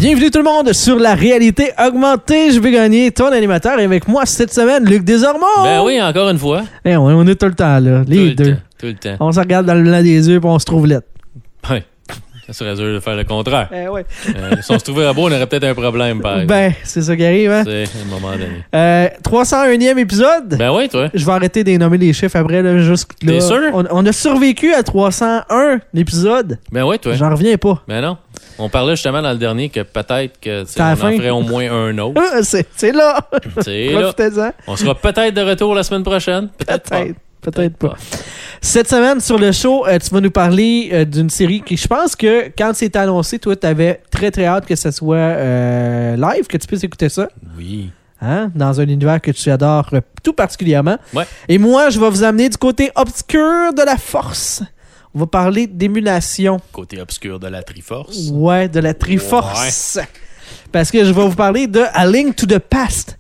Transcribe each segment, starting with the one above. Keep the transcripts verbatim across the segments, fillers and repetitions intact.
Bienvenue tout le monde sur la réalité augmentée. Je vais gagner ton animateur et avec moi cette semaine, Luc Desormeaux. Ben oui, encore une fois. Eh, on, on est tout le temps là, les tout deux. Le temps, tout le temps. On se regarde dans le blanc des yeux et on se trouve lettre. Ouais. Ça serait dur de faire le contraire. Eh ouais. euh, si on se trouvait beau, on aurait peut-être un problème, par exemple. Ben, c'est ça qui arrive, hein? C'est à un moment donné. Euh, trois cent unième épisode. Ben oui, toi. Je vais arrêter de nommer les chiffres après, là, juste là. T'es sûr? On, on a survécu à trois cent un épisode. Ben oui, toi. J'en reviens pas. Ben non. On parlait justement dans le dernier que peut-être que C'est à la on en fin. ferait au moins un autre. Ah, c'est, c'est là. C'est là. Profitez-en. On sera peut-être de retour la semaine prochaine. Peut-être, Peut-être. pas. Peut-être pas. Cette semaine, sur le show, euh, tu vas nous parler euh, d'une série qui, je pense que quand c'est annoncé, toi, tu avais très, très hâte que ça soit euh, live, que tu puisses écouter ça. Oui. Hein? Dans un univers que tu adores euh, tout particulièrement. Ouais. Et moi, je vais vous amener du côté obscur de la force. On va parler d'émulation. Côté obscur de la Triforce. Ouais, de la Triforce. Ouais. Parce que je vais vous parler de A Link to the Past.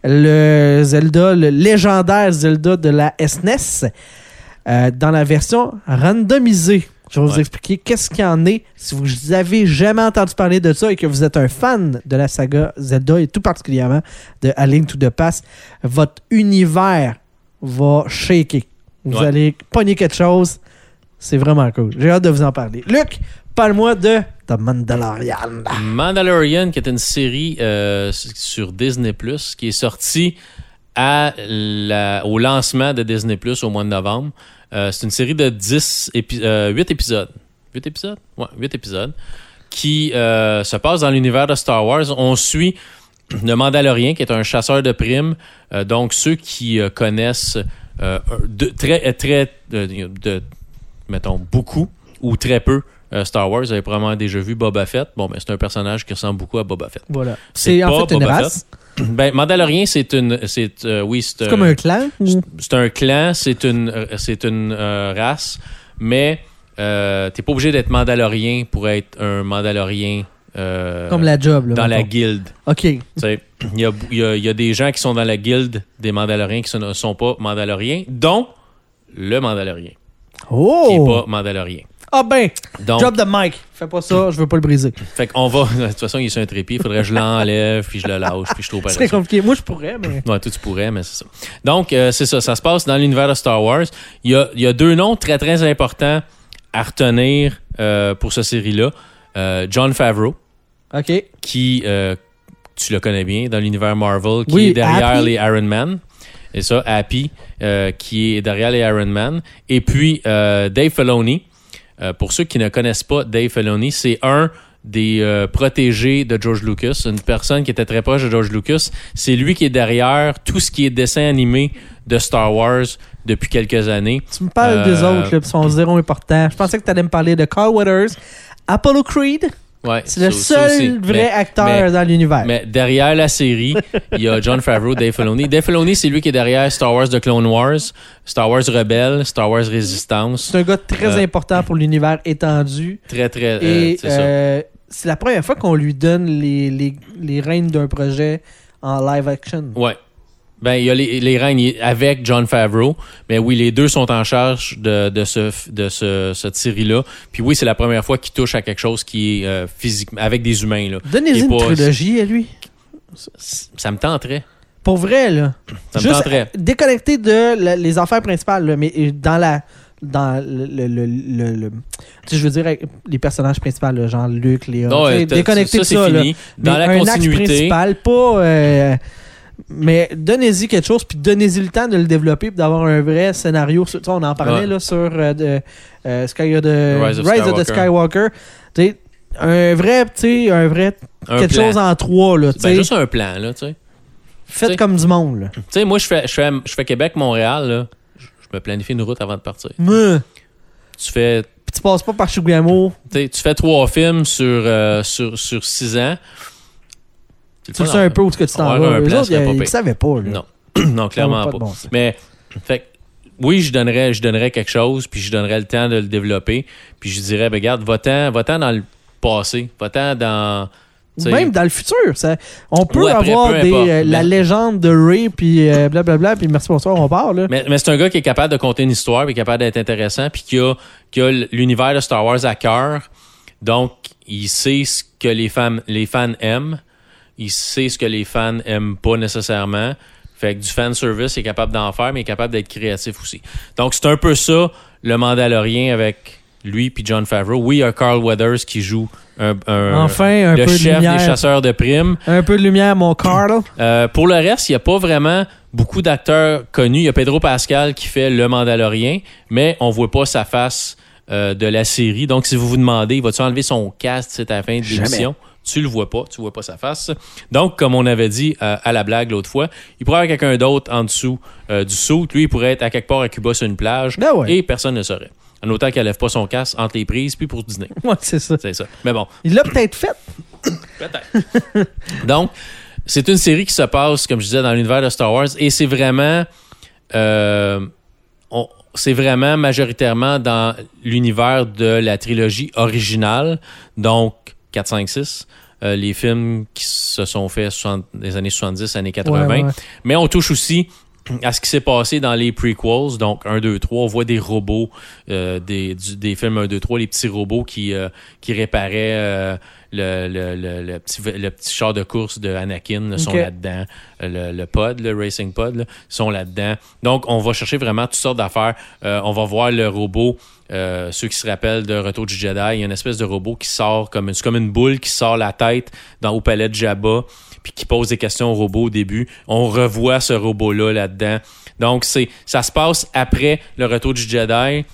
Le Zelda, le légendaire Zelda de la S N E S. Euh, dans la version randomisée. Je vais vous ouais. expliquer qu'est-ce qu'il y en est. Si vous avez jamais entendu parler de ça et que vous êtes un fan de la saga Zelda et tout particulièrement de A Link to the Past, votre univers va shaker. Vous ouais. allez pogner quelque chose. C'est vraiment cool. J'ai hâte de vous en parler. Luc, parle-moi de The Mandalorian. Mandalorian, qui est une série euh, sur Disney plus, qui est sortie à la, au lancement de Disney plus au mois de novembre. Euh, c'est une série de dix épi- euh, huit épisodes. huit épisodes? Ouais, huit épisodes. Qui euh, se passe dans l'univers de Star Wars. On suit le Mandalorien, qui est un chasseur de primes. Euh, donc, ceux qui euh, connaissent euh, de, très, très de, de, mettons, beaucoup ou très peu euh, Star Wars, vous avez probablement déjà vu Boba Fett. Bon, ben, c'est un personnage qui ressemble beaucoup à Boba Fett. Voilà. C'est, c'est en fait Boba une race. Fett. Ben, Mandalorien, c'est une, c'est, euh, oui, c'est, c'est comme un clan. C'est, c'est un clan, c'est une, c'est une euh, race, mais euh, t'es pas obligé d'être Mandalorien pour être un Mandalorien. Euh, comme la job, là. Dans mettons. la guilde. Ok. Il y a, y, a, y a des gens qui sont dans la guilde des Mandaloriens qui ne sont pas Mandaloriens, dont le Mandalorien. Oh! Qui est pas Mandalorien. Ah ben, donc, drop the mic. Fais pas ça, je veux pas le briser. Fait qu'on va, de toute façon, il est sur un trépied, il faudrait que je l'enlève, puis je le lâche, puis je trouve pas. C'est compliqué. Moi, je pourrais, mais... Ouais, toi, tu pourrais, mais c'est ça. Donc, euh, c'est ça, ça se passe dans l'univers de Star Wars. Il y a, il y a deux noms très, très importants à retenir euh, pour cette série-là. Euh, Jon Favreau. OK. Qui, euh, tu le connais bien, dans l'univers Marvel, qui oui, est derrière Happy. les Iron Man. Et ça, Happy, euh, qui est derrière les Iron Man. Et puis, euh, Dave Filoni. Euh, pour ceux qui ne connaissent pas Dave Filoni, c'est un des euh, protégés de George Lucas, une personne qui était très proche de George Lucas. C'est lui qui est derrière tout ce qui est dessin animé de Star Wars depuis quelques années. Tu me parles euh, des autres, là, qui sont zéro important. Je pensais que tu allais me parler de Carl Weathers, Apollo Creed. Ouais, c'est le ça, seul ça aussi. vrai mais, acteur mais, dans l'univers. Mais derrière la série, il y a Jon Favreau, Dave Filoni. Dave Filoni, c'est lui qui est derrière Star Wars The Clone Wars, Star Wars Rebelle, Star Wars Résistance. C'est un gars très euh, important pour l'univers étendu. Très, très... Et euh, c'est, euh, ça. c'est la première fois qu'on lui donne les, les, les rênes d'un projet en live action. Ouais. Ben, il y a les, les règnes avec Jon Favreau, mais oui, les deux sont en charge de, de, ce, de ce, cette série-là. Puis oui, c'est la première fois qu'il touche à quelque chose qui est euh, physiquement, avec des humains. Là. Donnez-y une pas, trilogie à lui. Ça me tenterait. Pour vrai, là. Ça me Juste tenterait. Déconnecté de la, les affaires principales, là, mais dans la... dans le, le, le, le, le tu sais, je veux dire les personnages principaux là, genre Luke, Léa, non, ouais, déconnecté ça, de c'est ça fini. Là. Dans mais la un continuité axe principal, pas euh, mais donnez-y quelque chose puis donnez-y le temps de le développer puis d'avoir un vrai scénario. Tu sais, on en parlait ouais. là sur euh, de, euh, Sky, de Rise of Rise Skywalker, of the Skywalker. Tu sais, un vrai, tu sais, un vrai un quelque plan. chose en trois là. Ben, juste un plan là, tu sais. Faites t'sais, comme du monde là. Tu sais, moi je fais, je fais, je fais Québec-Montréal là. Je me planifie une route avant de partir. Mais... Tu fais. Puis tu passes pas par Chibougamau. Tu fais trois films sur, euh, sur, sur six ans. Tu le sais un peu où tu t'en vas. Eux autres, ils ne savaient pas. Là. Non, non clairement pas. pas. Bon mais, fait oui, je donnerais, je donnerais quelque chose, puis je donnerais le temps de le développer. Puis je dirais, ben, regarde, va-t'en, va-t'en dans le passé. Va-t'en dans. T'sais, même dans le futur. Ça, on peut après, avoir peu des, euh, mais... la légende de Ray, puis euh, blablabla, puis merci, bonsoir, on part. Là. Mais, mais c'est un gars qui est capable de conter une histoire, puis capable d'être intéressant, puis qui a, qui a l'univers de Star Wars à cœur. Donc, il sait ce que les fans, les fans aiment. Il sait ce que les fans aiment pas nécessairement. Fait que du fan service, il est capable d'en faire, mais il est capable d'être créatif aussi. Donc, c'est un peu ça, le Mandalorien avec lui puis Jon Favreau. Oui, il y a Carl Weathers qui joue un, un, enfin, un le peu chef de lumière. des chasseurs de primes. Un peu de lumière, mon Carl. Euh, pour le reste, il n'y a pas vraiment beaucoup d'acteurs connus. Il y a Pedro Pascal qui fait le Mandalorien, mais on voit pas sa face euh, de la série. Donc, si vous vous demandez, va-tu enlever son casque à la fin de l'émission? Tu le vois pas, tu vois pas sa face. Donc, comme on avait dit euh, à la blague l'autre fois, il pourrait y avoir quelqu'un d'autre en dessous euh, du suit. Lui, il pourrait être à quelque part à Cuba sur une plage Ben ouais. et personne ne saurait. En autant qu'elle lève pas son casque entre les prises puis pour dîner. Ouais, c'est ça. C'est ça. Mais bon. Il l'a peut-être fait. Peut-être. Donc, c'est une série qui se passe, comme je disais, dans l'univers de Star Wars et c'est vraiment... Euh, on, c'est vraiment majoritairement dans l'univers de la trilogie originale. Donc, quatre, cinq, six, euh, les films qui se sont faits soixante, des années soixante-dix, années quatre-vingts. Ouais, ouais. Mais on touche aussi à ce qui s'est passé dans les prequels, donc un, deux, trois. On voit des robots, euh, des, du, des films un, deux, trois, les petits robots qui, euh, qui réparaient euh, le, le, le, le, petit, le petit char de course de Anakin, là, sont okay. là-dedans. Le, le pod, le Racing Pod, là, sont là-dedans. Donc, on va chercher vraiment toutes sortes d'affaires. Euh, on va voir le robot. Euh, ceux qui se rappellent de Retour du Jedi, il y a une espèce de robot qui sort comme une, c'est comme une boule qui sort la tête dans, au palais de Jabba puis qui pose des questions au robot au début. On revoit ce robot-là là-dedans. Donc, c'est, ça se passe après le Retour du Jedi,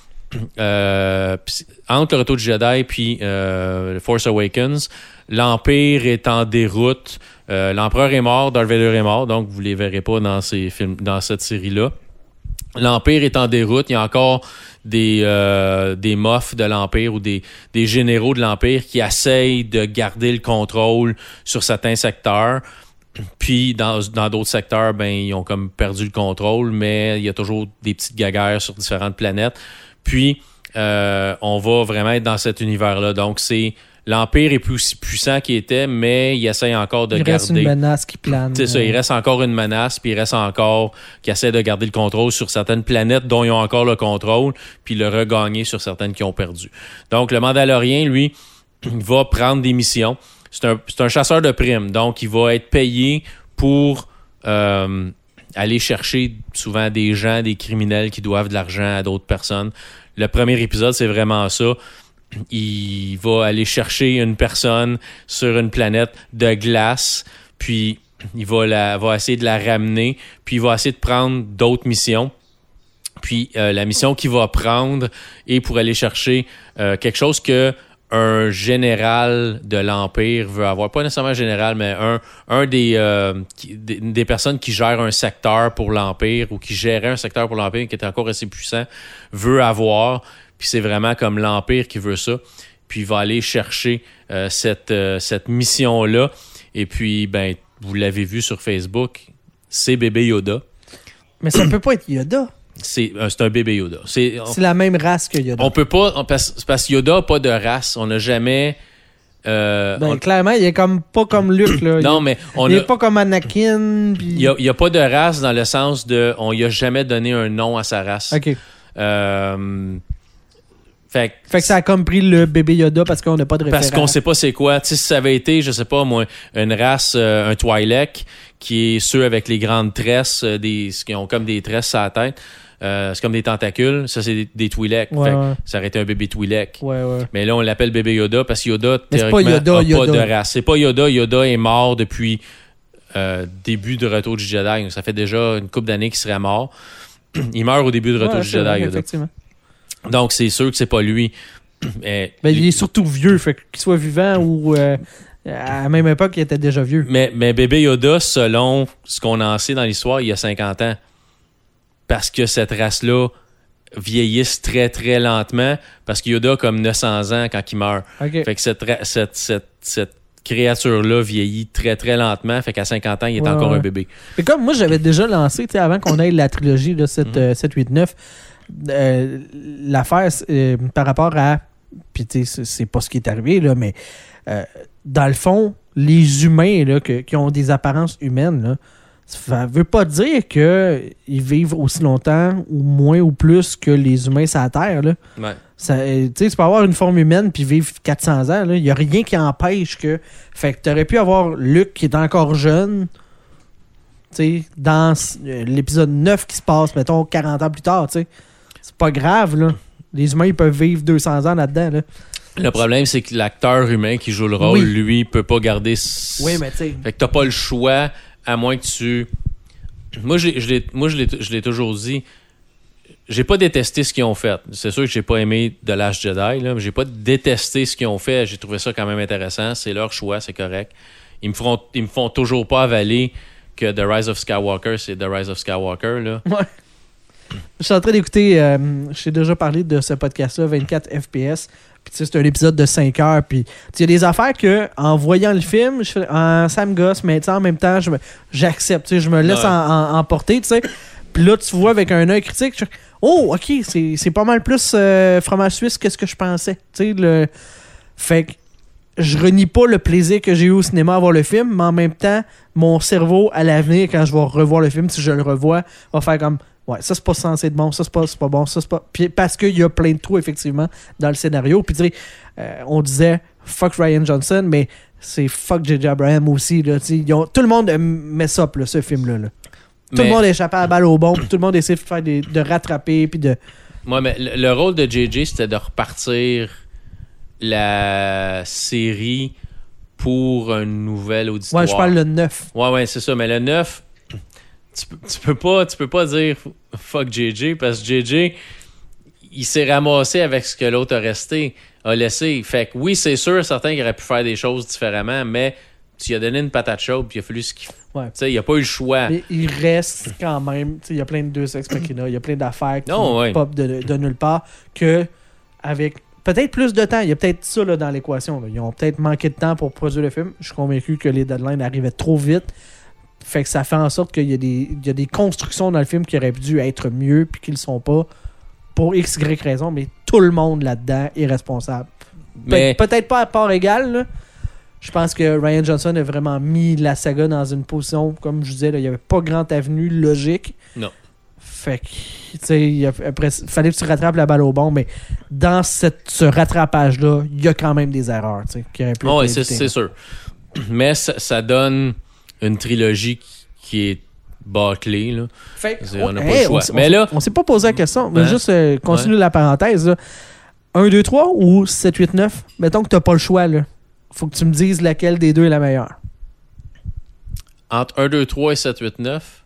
euh, entre le Retour du Jedi puis euh, le Force Awakens. L'Empire est en déroute. Euh, L'Empereur est mort, Darth Vader est mort, donc vous les verrez pas dans ces films, dans cette série-là. L'Empire est en déroute. Il y a encore des, euh, des mofs de l'Empire ou des, des généraux de l'Empire qui essayent de garder le contrôle sur certains secteurs. Puis, dans, dans d'autres secteurs, ben, ils ont comme perdu le contrôle, mais il y a toujours des petites guerres sur différentes planètes. Puis, euh, on va vraiment être dans cet univers-là. Donc, c'est... L'Empire est plus aussi puissant qu'il était, mais il essaie encore de il garder... Il reste une menace qui plane. C'est ça, il reste encore une menace, puis il reste encore... qui essaie de garder le contrôle sur certaines planètes dont ils ont encore le contrôle, puis le regagner sur certaines qui ont perdu. Donc, le Mandalorien, lui, va prendre des missions. C'est un, c'est un chasseur de primes, donc il va être payé pour euh, aller chercher souvent des gens, des criminels qui doivent de l'argent à d'autres personnes. Le premier épisode, c'est vraiment ça. Il va aller chercher une personne sur une planète de glace, puis il va, la, va essayer de la ramener, puis il va essayer de prendre d'autres missions. Puis euh, la mission qu'il va prendre est pour aller chercher euh, quelque chose que un général de l'Empire veut avoir. Pas nécessairement un général, mais un, un des, euh, qui, des, des personnes qui gèrent un secteur pour l'Empire ou qui gérait un secteur pour l'Empire qui était encore assez puissant, veut avoir... Puis c'est vraiment comme l'Empire qui veut ça. Puis il va aller chercher euh, cette, euh, cette mission-là. Et puis, ben, vous l'avez vu sur Facebook, c'est bébé Yoda. Mais ça peut pas être Yoda. C'est, euh, c'est un bébé Yoda. C'est, on, c'est la même race que Yoda. On peut pas... On, parce, parce que Yoda n'a pas de race. On n'a jamais... Euh, ben, on, clairement, il est comme pas comme Luke. Là. non, il, mais... On il a, est pas comme Anakin. Pis... Il n'y a, a pas de race dans le sens de... On lui a jamais donné un nom à sa race. OK. Euh... Fait que, fait que ça a comme pris le bébé Yoda parce qu'on n'a pas de référence. Parce qu'on sait pas c'est quoi. Tu sais, si ça avait été, je sais pas moi, une race, euh, un Twi'lek, qui est ceux avec les grandes tresses, euh, des, qui ont comme des tresses sur la tête, euh, c'est comme des tentacules, ça c'est des, des Twi'lek. Ouais, fait ouais. que ça aurait été un bébé Twi'lek. Ouais, ouais. Mais là, on l'appelle bébé Yoda parce que Yoda, mais théoriquement, c'est pas Yoda, a Yoda. pas de race. C'est pas Yoda. Yoda est mort depuis euh, début de Retour du Jedi. Ça fait déjà une couple d'années qu'il serait mort. Il meurt au début de Retour ouais, du Jedi, vrai, Yoda. Effectivement. Donc, c'est sûr que c'est pas lui. Mais, ben, il est surtout vieux, fait qu'il soit vivant ou euh, à la même époque, il était déjà vieux. Mais, mais bébé Yoda, selon ce qu'on en sait dans l'histoire, il y a cinquante ans. Parce que cette race-là vieillisse très, très lentement. Parce que Yoda a comme neuf cents ans quand il meurt. Okay. Fait que cette, cette, cette, cette créature-là vieillit très, très lentement. Fait qu'à cinquante ans, il est ouais, encore ouais. un bébé. Mais comme moi, j'avais déjà lancé, avant qu'on ait la trilogie là, sept, mm-hmm. euh, sept, huit, neuf, euh, l'affaire euh, par rapport à... Puis, tu sais, c'est pas ce qui est arrivé, là, mais euh, dans le fond, les humains là, que, qui ont des apparences humaines, là, Ça veut pas dire qu'ils vivent aussi longtemps ou moins ou plus que les humains sur la Terre. Là. Ouais. Ça, tu sais, tu peux avoir une forme humaine puis vivre quatre cents ans. Il n'y a rien qui empêche que... Fait que tu aurais pu avoir Luke qui est encore jeune, tu sais, dans l'épisode neuf qui se passe, mettons, quarante ans plus tard. Tu sais. C'est pas grave, là. Les humains, ils peuvent vivre deux cents ans là-dedans, là. Le problème, c'est que l'acteur humain qui joue le rôle, oui. lui, peut pas garder... S... Oui, mais tu sais... Fait que t'as pas le choix, à moins que tu... Moi, je l'ai, moi, je l'ai, je l'ai toujours dit, j'ai pas détesté ce qu'ils ont fait. C'est sûr que j'ai pas aimé The Last Jedi, là, mais j'ai pas détesté ce qu'ils ont fait. J'ai trouvé ça quand même intéressant. C'est leur choix, c'est correct. Ils me feront, ils me font toujours pas avaler que The Rise of Skywalker, c'est The Rise of Skywalker, là. Ouais. Je suis en train d'écouter, euh, je t'ai déjà parlé de ce podcast-là, vingt-quatre F P S. Puis tu sais, c'est un épisode de cinq heures. Puis il y a des affaires que, en voyant le film, je fais, ah, ça me gosse, mais en même temps, je me, j'accepte. Tu sais, je me laisse ouais. en, en, emporter, tu sais. Puis là, tu vois avec un œil critique, je fais, oh, ok, c'est, c'est pas mal plus euh, fromage suisse que ce que je pensais. Tu sais, le. Fait que je renie pas le plaisir que j'ai eu au cinéma à voir le film, mais en même temps, mon cerveau, à l'avenir, quand je vais revoir le film, si je le revois, va faire comme. Ouais, ça c'est pas censé être bon, ça c'est pas, c'est pas bon, ça c'est pas. Puis parce qu'il y a plein de trous, effectivement, dans le scénario. Puis tu sais, euh, on disait fuck Rian Johnson, mais c'est fuck J J Abrams aussi. Là, ils ont, tout le monde met ça, là, ce film-là. Là. Tout mais... le monde échappait à la balle au bon, puis tout le monde essaie de faire des, de rattraper. Puis de. Ouais, mais le, le rôle de J J, c'était de repartir la série pour un nouvel auditoire. Ouais, je parle le neuf. Ouais, ouais, c'est ça. Mais le neuf. Tu peux, tu peux pas tu peux pas dire fuck J J parce que J J il s'est ramassé avec ce que l'autre a resté a laissé. Fait que oui, c'est sûr certain qu'il aurait pu faire des choses différemment, mais tu lui as donné une patate chaude puis il a fallu ce qu'il ouais. Tu sais, il a pas eu le choix. Mais il reste quand même, il y a plein de deux ex machina, il y a plein d'affaires qui non, ouais. pop de, de nulle part que avec peut-être plus de temps, il y a peut-être ça là, dans l'équation. Là. Ils ont peut-être manqué de temps pour produire le film. Je suis convaincu que les deadlines arrivaient trop vite. Fait que ça fait en sorte qu'il y a des, il y a des constructions dans le film qui auraient dû être mieux puis qui ne le sont pas pour X, Y raison, mais tout le monde là-dedans est responsable. Mais... Pe- peut-être pas à part égale, là. Je pense que Rian Johnson a vraiment mis la saga dans une position, comme je disais, là, il n'y avait pas grande avenue logique. Non. Fait que, tu sais, après, il fallait que tu rattrapes la balle au bon, mais dans cette, ce rattrapage-là, il y a quand même des erreurs, tu sais, qui auraient pu oh, être ouais, c'est, c'est sûr. Mais ça, ça donne une trilogie qui, qui est bâclée, là. Fait, on n'a hey, pas le choix. On, mais on, là... on s'est pas posé la question, mais hein? juste euh, continuer ouais. la parenthèse, là. un, deux, trois ou sept, huit, neuf? Mettons que t'as pas le choix, là. Faut que tu me dises laquelle des deux est la meilleure. Entre un, deux, trois et sept, huit, neuf,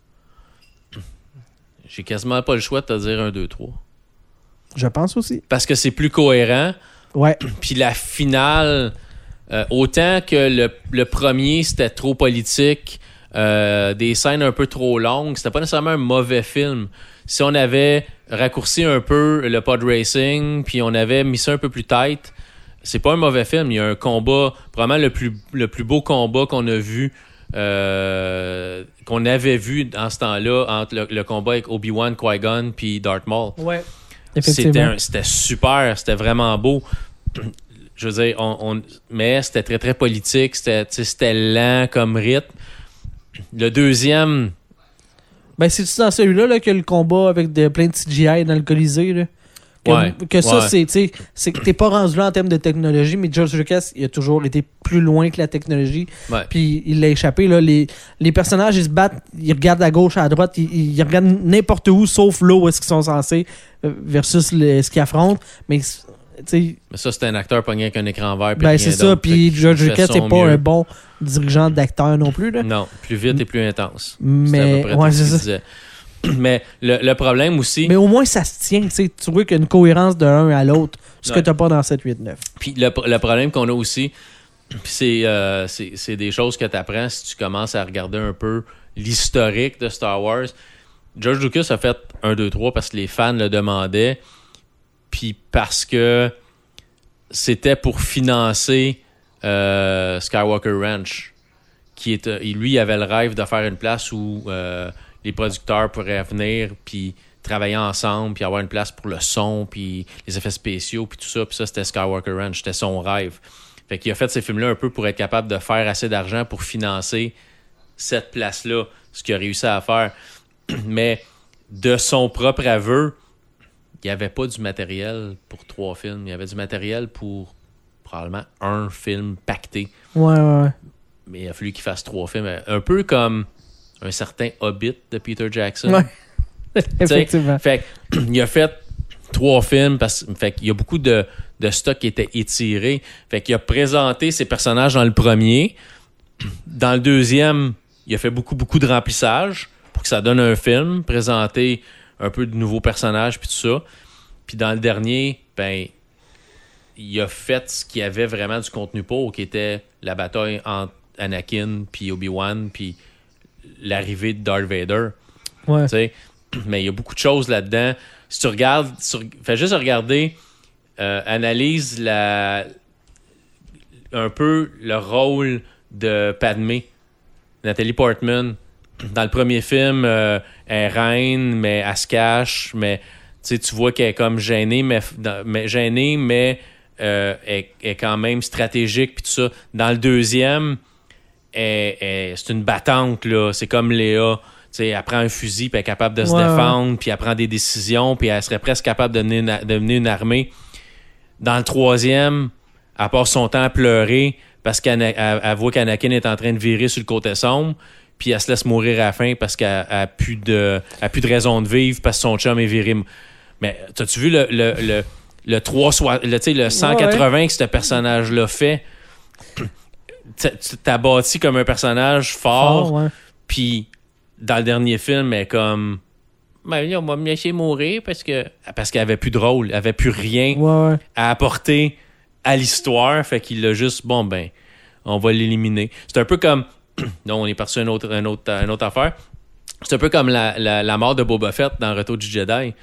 j'ai quasiment pas le choix de te dire un, deux, trois. Je pense aussi. Parce que c'est plus cohérent. Ouais. Puis la finale, euh, autant que le, le premier, c'était trop politique, euh, des scènes un peu trop longues, c'était pas nécessairement un mauvais film. Si on avait raccourci un peu le pod racing, puis on avait mis ça un peu plus tight, c'est pas un mauvais film. Il y a un combat, probablement le plus, le plus beau combat qu'on a vu, euh, qu'on avait vu dans ce temps-là, entre le, le combat avec Obi-Wan, Qui-Gon puis Darth Maul. Ouais. C'était, un, c'était super, c'était vraiment beau. Je veux dire, on, on, mais c'était très, très politique, c'était, c'était lent comme rythme. Le deuxième... Ben, c'est-tu dans celui-là là, que le combat avec de, plein de C G I dans le Colisée, là? Que, ouais, que ça, ouais. c'est, t'sais, c'est que t'es pas rendu là en termes de technologie, mais George Lucas, il a toujours été plus loin que la technologie. Ouais. Puis il l'a échappé. Là. Les, les personnages, ils se battent, ils regardent à gauche, à droite, ils, ils regardent n'importe où, sauf là où est-ce qu'ils sont censés, versus le, ce qu'ils affrontent. Mais, t'sais, mais ça, c'est un acteur pogné avec un écran vert. Ben, c'est ça. Puis George Lucas, c'est pas mieux. Un bon dirigeant d'acteur non plus. Là. Non, plus vite et plus intense. Mais, ouais, c'est ça. Disait. Mais le, le problème aussi... Mais au moins, ça se tient. Tu vois qu'il y a une cohérence de l'un à l'autre, ce ouais. que tu n'as pas dans sept, huit, neuf. Puis le, le problème qu'on a aussi, c'est, euh, c'est, c'est des choses que tu apprends si tu commences à regarder un peu l'historique de Star Wars. George Lucas a fait un, deux, trois parce que les fans le demandaient, puis parce que c'était pour financer euh, Skywalker Ranch, qui est, lui, il avait le rêve de faire une place où... Euh, les producteurs pourraient venir puis travailler ensemble puis avoir une place pour le son puis les effets spéciaux puis tout ça. Puis ça, c'était Skywalker Ranch. C'était son rêve. Fait qu'il a fait ces films-là un peu pour être capable de faire assez d'argent pour financer cette place-là, ce qu'il a réussi à faire. Mais de son propre aveu, il n'y avait pas du matériel pour trois films. Il y avait du matériel pour probablement un film pacté. Ouais, ouais, ouais. Mais il a fallu qu'il fasse trois films. Un peu comme un certain Hobbit de Peter Jackson. Ouais. Effectivement. Fait il a fait trois films parce fait qu'il y a beaucoup de, de stock qui était étiré. Fait qu'il a présenté ses personnages dans le premier. Dans le deuxième, il a fait beaucoup, beaucoup de remplissage pour que ça donne un film, présenter un peu de nouveaux personnages puis tout ça. Puis dans le dernier, ben il a fait ce qu'il y avait vraiment du contenu pour, qui était la bataille entre Anakin puis Obi-Wan puis l'arrivée de Darth Vader. Ouais. T'sais, mais il y a beaucoup de choses là-dedans. Si tu regardes, sur, fais juste regarder, euh, analyse la, un peu le rôle de Padmé, Nathalie Portman. Dans le premier film, euh, elle est reine, mais elle se cache, mais tu vois qu'elle est comme gênée, mais, mais gênée, mais euh, elle, elle est quand même stratégique puis tout ça. Dans le deuxième, elle, elle, c'est une battante, là. C'est comme Léa. T'sais, elle prend un fusil, puis elle est capable de se ouais, défendre, ouais. puis elle prend des décisions, puis elle serait presque capable de mener une, de mener une armée. Dans le troisième, elle passe son temps à pleurer parce qu'elle elle, elle voit qu'Anakin est en train de virer sur le côté sombre, puis elle se laisse mourir à la fin parce qu'elle n'a plus de, plus de raison de vivre parce que son chum est viré. Mais t'as-tu vu le, le, le, le, trois, le, le cent quatre-vingts ouais. que ce personnage-là fait? T'as bâti comme un personnage fort, fort ouais. Puis dans le dernier film, elle est comme ben, on va me laisser mourir parce que parce qu'elle avait plus de rôle, elle avait plus rien ouais, ouais. à apporter à l'histoire, fait qu'il a juste bon ben on va l'éliminer. C'est un peu comme non, on est parti à une autre, une autre, une autre affaire. C'est un peu comme la, la, la mort de Boba Fett dans Retour du Jedi.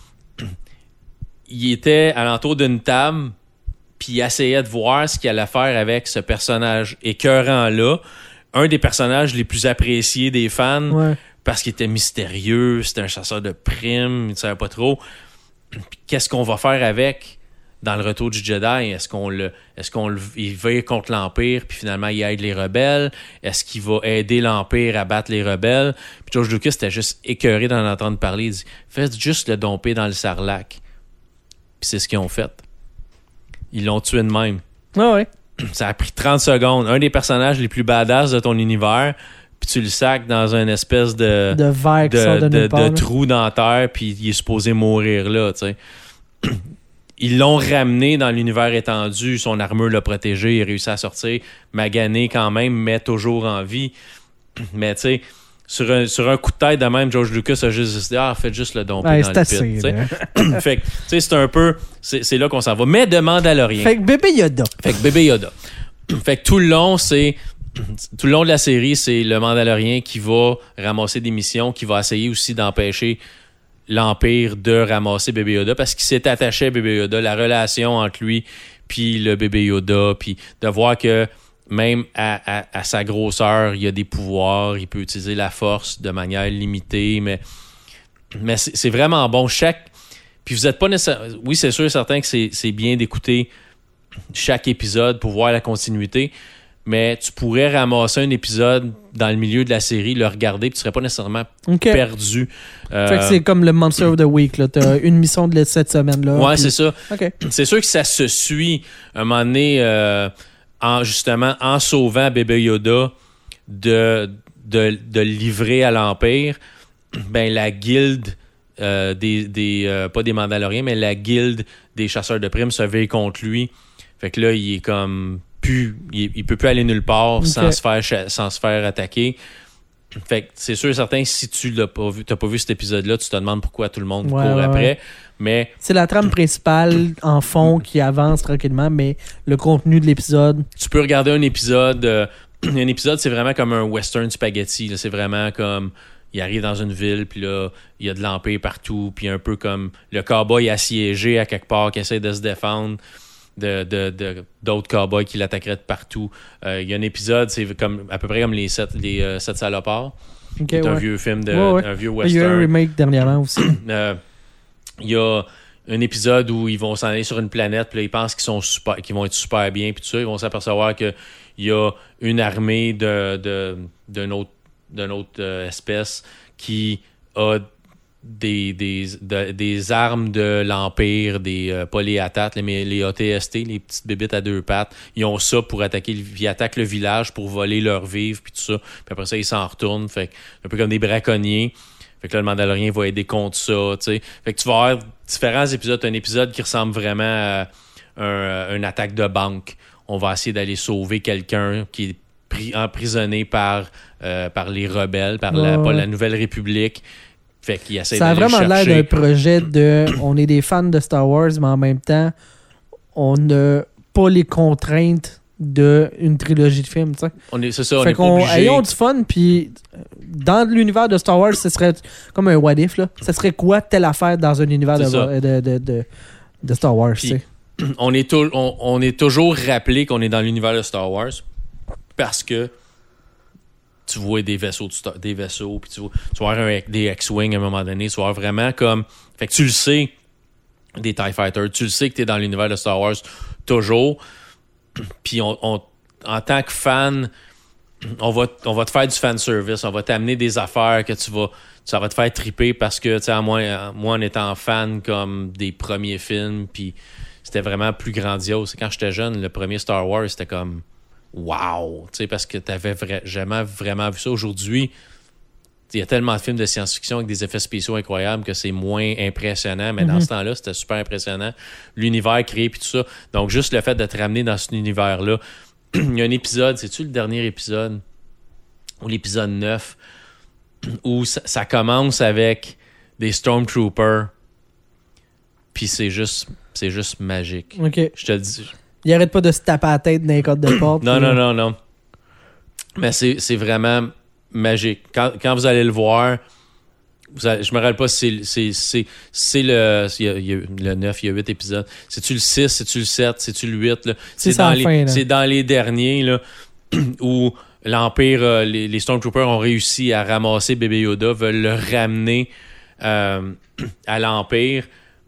Il était alentour d'une table, puis il essayait de voir ce qu'il allait faire avec ce personnage écœurant-là. Un des personnages les plus appréciés des fans, ouais. parce qu'il était mystérieux, c'était un chasseur de primes, il ne savait pas trop. Puis qu'est-ce qu'on va faire avec dans le Retour du Jedi? Est-ce qu'on le, est-ce qu'on le, il va contre l'Empire, puis finalement il aide les rebelles? Est-ce qu'il va aider l'Empire à battre les rebelles? Puis George Lucas était juste écœuré d'en entendre parler. Il dit « Faites juste le domper dans le sarlac. » Puis c'est ce qu'ils ont fait. Ils l'ont tué de même. Ah ouais. Ça a pris trente secondes. Un des personnages les plus badass de ton univers, puis tu le sacs dans une espèce de, de verre qui de, sort de, de, nulle part, de trou dans terre, puis il est supposé mourir là, tu sais. Ils l'ont ramené dans l'univers étendu, son armure l'a protégé, il a réussi à sortir, magané quand même, mais toujours en vie. Mais tu sais, sur un, sur un coup de tête de même, George Lucas a juste dit « Ah, faites juste le domper ouais, dans le assez, pit. » Fait que, tu sais, c'est un peu... C'est, c'est là qu'on s'en va. Mais de Mandalorian. Fait que bébé Yoda. Fait que bébé Yoda. Fait que tout le long, c'est... Tout le long de la série, c'est le Mandalorien qui va ramasser des missions, qui va essayer aussi d'empêcher l'Empire de ramasser bébé Yoda parce qu'il s'est attaché à bébé Yoda, la relation entre lui puis le bébé Yoda, puis de voir que même à, à, à sa grosseur, il y a des pouvoirs, il peut utiliser la force de manière limitée, mais, mais c'est, c'est vraiment bon. Chaque... Puis vous n'êtes pas nécessairement... Oui, c'est sûr et certain que c'est, c'est bien d'écouter chaque épisode pour voir la continuité, mais tu pourrais ramasser un épisode dans le milieu de la série, le regarder, puis tu serais pas nécessairement okay. perdu. Euh... Fait que c'est comme le Monster of the Week, là. T'as une mission de cette semaine-là. Ouais, puis... c'est ça. Okay. C'est sûr que ça se suit un moment donné, euh, en, justement, en sauvant bébé Yoda de, de, de livrer à l'Empire, ben la guilde euh, des, des euh, pas des Mandaloriens, mais la guilde des chasseurs de primes se veille contre lui. Fait que là, il est comme... Plus, il, il peut plus aller nulle part okay. sans se faire sans se faire attaquer. Fait que c'est sûr et certain, si tu l'as pas vu, t'as pas vu cet épisode-là, tu te demandes pourquoi tout le monde ouais, court ouais, après. Ouais. Mais c'est la trame principale en fond qui avance tranquillement, mais le contenu de l'épisode. Tu peux regarder un épisode. Euh, un épisode, c'est vraiment comme un western spaghetti. Là. C'est vraiment comme il arrive dans une ville, puis là, il y a de l'Empire partout, puis un peu comme le cowboy assiégé à quelque part qui essaie de se défendre. De, de, de, d'autres cowboys qui l'attaqueraient de partout. Il euh, y a un épisode, c'est comme, à peu près comme les sept, les, euh, sept salopards. Okay, c'est ouais. un vieux film, de, ouais, ouais. un vieux western. Il y a eu un remake dernièrement aussi. Il euh, y a un épisode où ils vont s'en aller sur une planète, puis là, ils pensent qu'ils, sont super, qu'ils vont être super bien, puis tout ça. Ils vont s'apercevoir qu'il y a une armée de, de, d'un autre, d'une autre euh, espèce qui a des, des, de, des armes de l'Empire, des euh, pas les A T A T, mais les A T S T, les petites bébites à deux pattes. Ils ont ça pour attaquer, ils attaquent le village pour voler leurs vivres, puis tout ça. Puis après ça, ils s'en retournent. Fait que, un peu comme des braconniers. Fait que là, le Mandalorien va aider contre ça, tu sais. Fait que tu vas avoir différents épisodes. Un épisode qui ressemble vraiment à un, une attaque de banque. On va essayer d'aller sauver quelqu'un qui est pris, emprisonné par, euh, par les rebelles, par la, ouais. par la Nouvelle République. Fait qu'il essaie ça a d'aller vraiment chercher. l'air d'un projet de... On est des fans de Star Wars, mais en même temps, on n'a pas les contraintes d'une trilogie de films, tu sais. On est, c'est ça, on fait est qu'on, pas obligé. ayons du fun, puis dans l'univers de Star Wars, ce serait comme un what if, là. Ce serait quoi telle affaire dans un univers de, de, de, de, de Star Wars, tu sais. On est, to- on, on est toujours rappelé qu'on est dans l'univers de Star Wars parce que tu vois des vaisseaux, de Star- des vaisseaux, puis tu vois, tu vois un, des X-Wing à un moment donné, tu vois vraiment comme... Fait que tu le sais, des TIE Fighters, tu le sais que tu es dans l'univers de Star Wars toujours. Puis on, on, en tant que fan, on va, on va te faire du fan service, on va t'amener des affaires que tu vas... Ça va te faire triper parce que, tu sais, moi, moi, en étant fan comme des premiers films, puis c'était vraiment plus grandiose. Quand j'étais jeune, le premier Star Wars, c'était comme wow, tu sais, parce que t'avais vra- jamais vraiment vu ça. Aujourd'hui, il y a tellement de films de science-fiction avec des effets spéciaux incroyables que c'est moins impressionnant, mais mm-hmm. dans ce temps-là, c'était super impressionnant. L'univers créé puis tout ça. Donc, juste le fait de te ramener dans cet univers-là. Il y a un épisode, c'est-tu le dernier épisode? Ou l'épisode neuf, où ça, ça commence avec des Stormtroopers, puis c'est juste, c'est juste magique. OK. Je te le dis. Il arrête pas de se taper la tête dans les codes de porte. non, puis... non, non, non. Mais c'est, c'est vraiment magique. Quand, quand vous allez le voir, vous allez, je me rappelle pas si c'est, c'est, c'est, c'est le, il y a, il y a le neuf, il y a huit épisodes. C'est-tu le six, c'est-tu le sept, c'est-tu le huit? Là? C'est, c'est, dans les, fin, là. c'est dans les derniers là, où l'Empire, euh, les, les Stormtroopers ont réussi à ramasser Bébé Yoda, veulent le ramener euh, à l'Empire,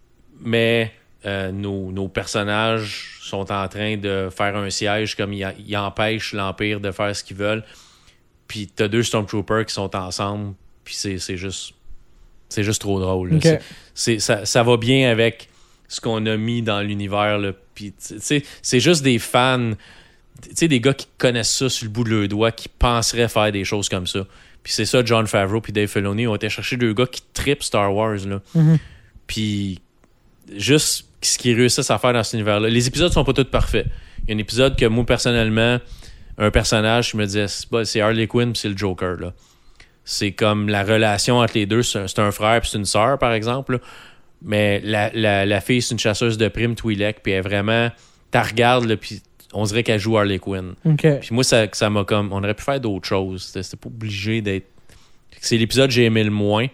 mais euh, nos, nos personnages sont en train de faire un siège comme ils, ils empêchent l'Empire de faire ce qu'ils veulent. Puis t'as deux Stormtroopers qui sont ensemble, puis c'est, c'est juste c'est juste trop drôle. Okay. C'est, c'est, ça, ça va bien avec ce qu'on a mis dans l'univers. Là. Puis c'est, c'est juste des fans, tu sais, des gars qui connaissent ça sur le bout de leurs doigts, qui penseraient faire des choses comme ça. Puis c'est ça, Jon Favreau puis Dave Filoni ont été chercher deux gars qui trippent Star Wars. Là. Mm-hmm. Puis juste ce qu'ils réussissent à faire dans cet univers-là. Les épisodes sont pas tous parfaits. Il y a un épisode que moi, personnellement, un personnage, je me disais, c'est, pas, c'est Harley Quinn puis c'est le Joker. Là. C'est comme la relation entre les deux. C'est un, c'est un frère puis c'est une sœur, par exemple. Là. Mais la, la, la fille, c'est une chasseuse de primes, Twi'lek, puis elle est vraiment... T'as regardes, là, puis on dirait qu'elle joue Harley Quinn. Okay. Puis moi, ça, ça m'a comme... On aurait pu faire d'autres choses. C'était, c'était pas obligé d'être... C'est l'épisode que j'ai aimé le moins.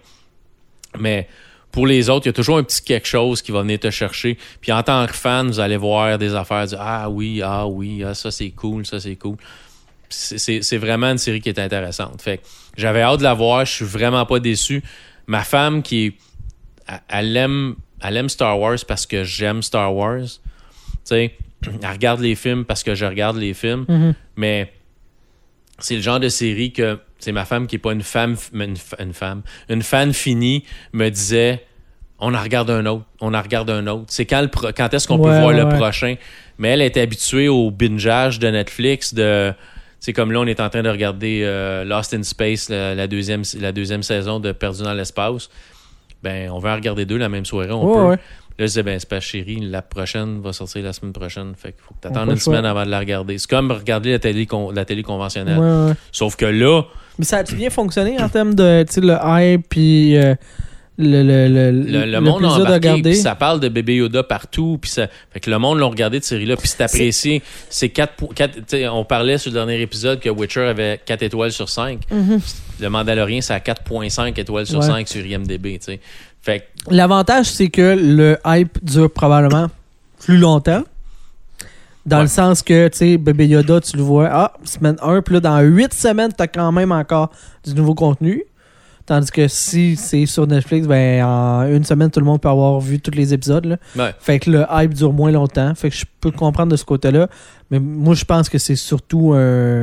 Mais pour les autres, il y a toujours un petit quelque chose qui va venir te chercher. Puis en tant que fan, vous allez voir des affaires, dire « Ah oui, ah oui, ah, ça c'est cool, ça c'est cool. » C'est, c'est, c'est vraiment une série qui est intéressante. Fait que j'avais hâte de la voir, je suis vraiment pas déçu. Ma femme qui est... Elle aime, elle aime Star Wars parce que j'aime Star Wars. Tu sais, elle regarde les films parce que je regarde les films. Mm-hmm. Mais c'est le genre de série que c'est ma femme qui est pas une femme, une, une femme, une fan finie me disait on en regarde un autre, on en regarde un autre. C'est quand, le pro, quand est-ce qu'on ouais, peut voir ouais, le ouais. prochain. Mais elle est habituée au bingeage de Netflix de... C'est comme là, on est en train de regarder euh, Lost in Space, la, la, deuxième, la deuxième saison de Perdu dans l'espace. Ben, on va en regarder deux la même soirée, on oh, peut. Ouais. Là, je disais, ben, c'est pas chérie, la prochaine va sortir la semaine prochaine. Fait qu'il faut que t'attendes une semaine avant de la regarder. C'est comme regarder la télé, la télé conventionnelle. Ouais, ouais. Sauf que là... Mais ça a-tu bien fonctionné en termes de, tu sais, le hype puis euh, le, le, le, le, le monde l'a embarqué, puis ça parle de bébé Yoda partout, puis ça... Fait que le monde l'a regardé de série-là, puis c'est apprécié. C'est, c'est quatre... quatre on parlait sur le dernier épisode que Witcher avait quatre étoiles sur cinq. Mm-hmm. Le Mandalorian, c'est à quatre virgule cinq étoiles sur ouais. cinq sur I M D B, tu sais. Fait que... L'avantage, c'est que le hype dure probablement plus longtemps. Dans ouais. le sens que, tu sais, bébé Yoda, tu le vois, ah, semaine un, puis là, dans huit semaines, t'as quand même encore du nouveau contenu. Tandis que si c'est sur Netflix, ben en une semaine, tout le monde peut avoir vu tous les épisodes. Là. Ouais. Fait que le hype dure moins longtemps. Fait que je peux comprendre de ce côté-là. Mais moi, je pense que c'est surtout un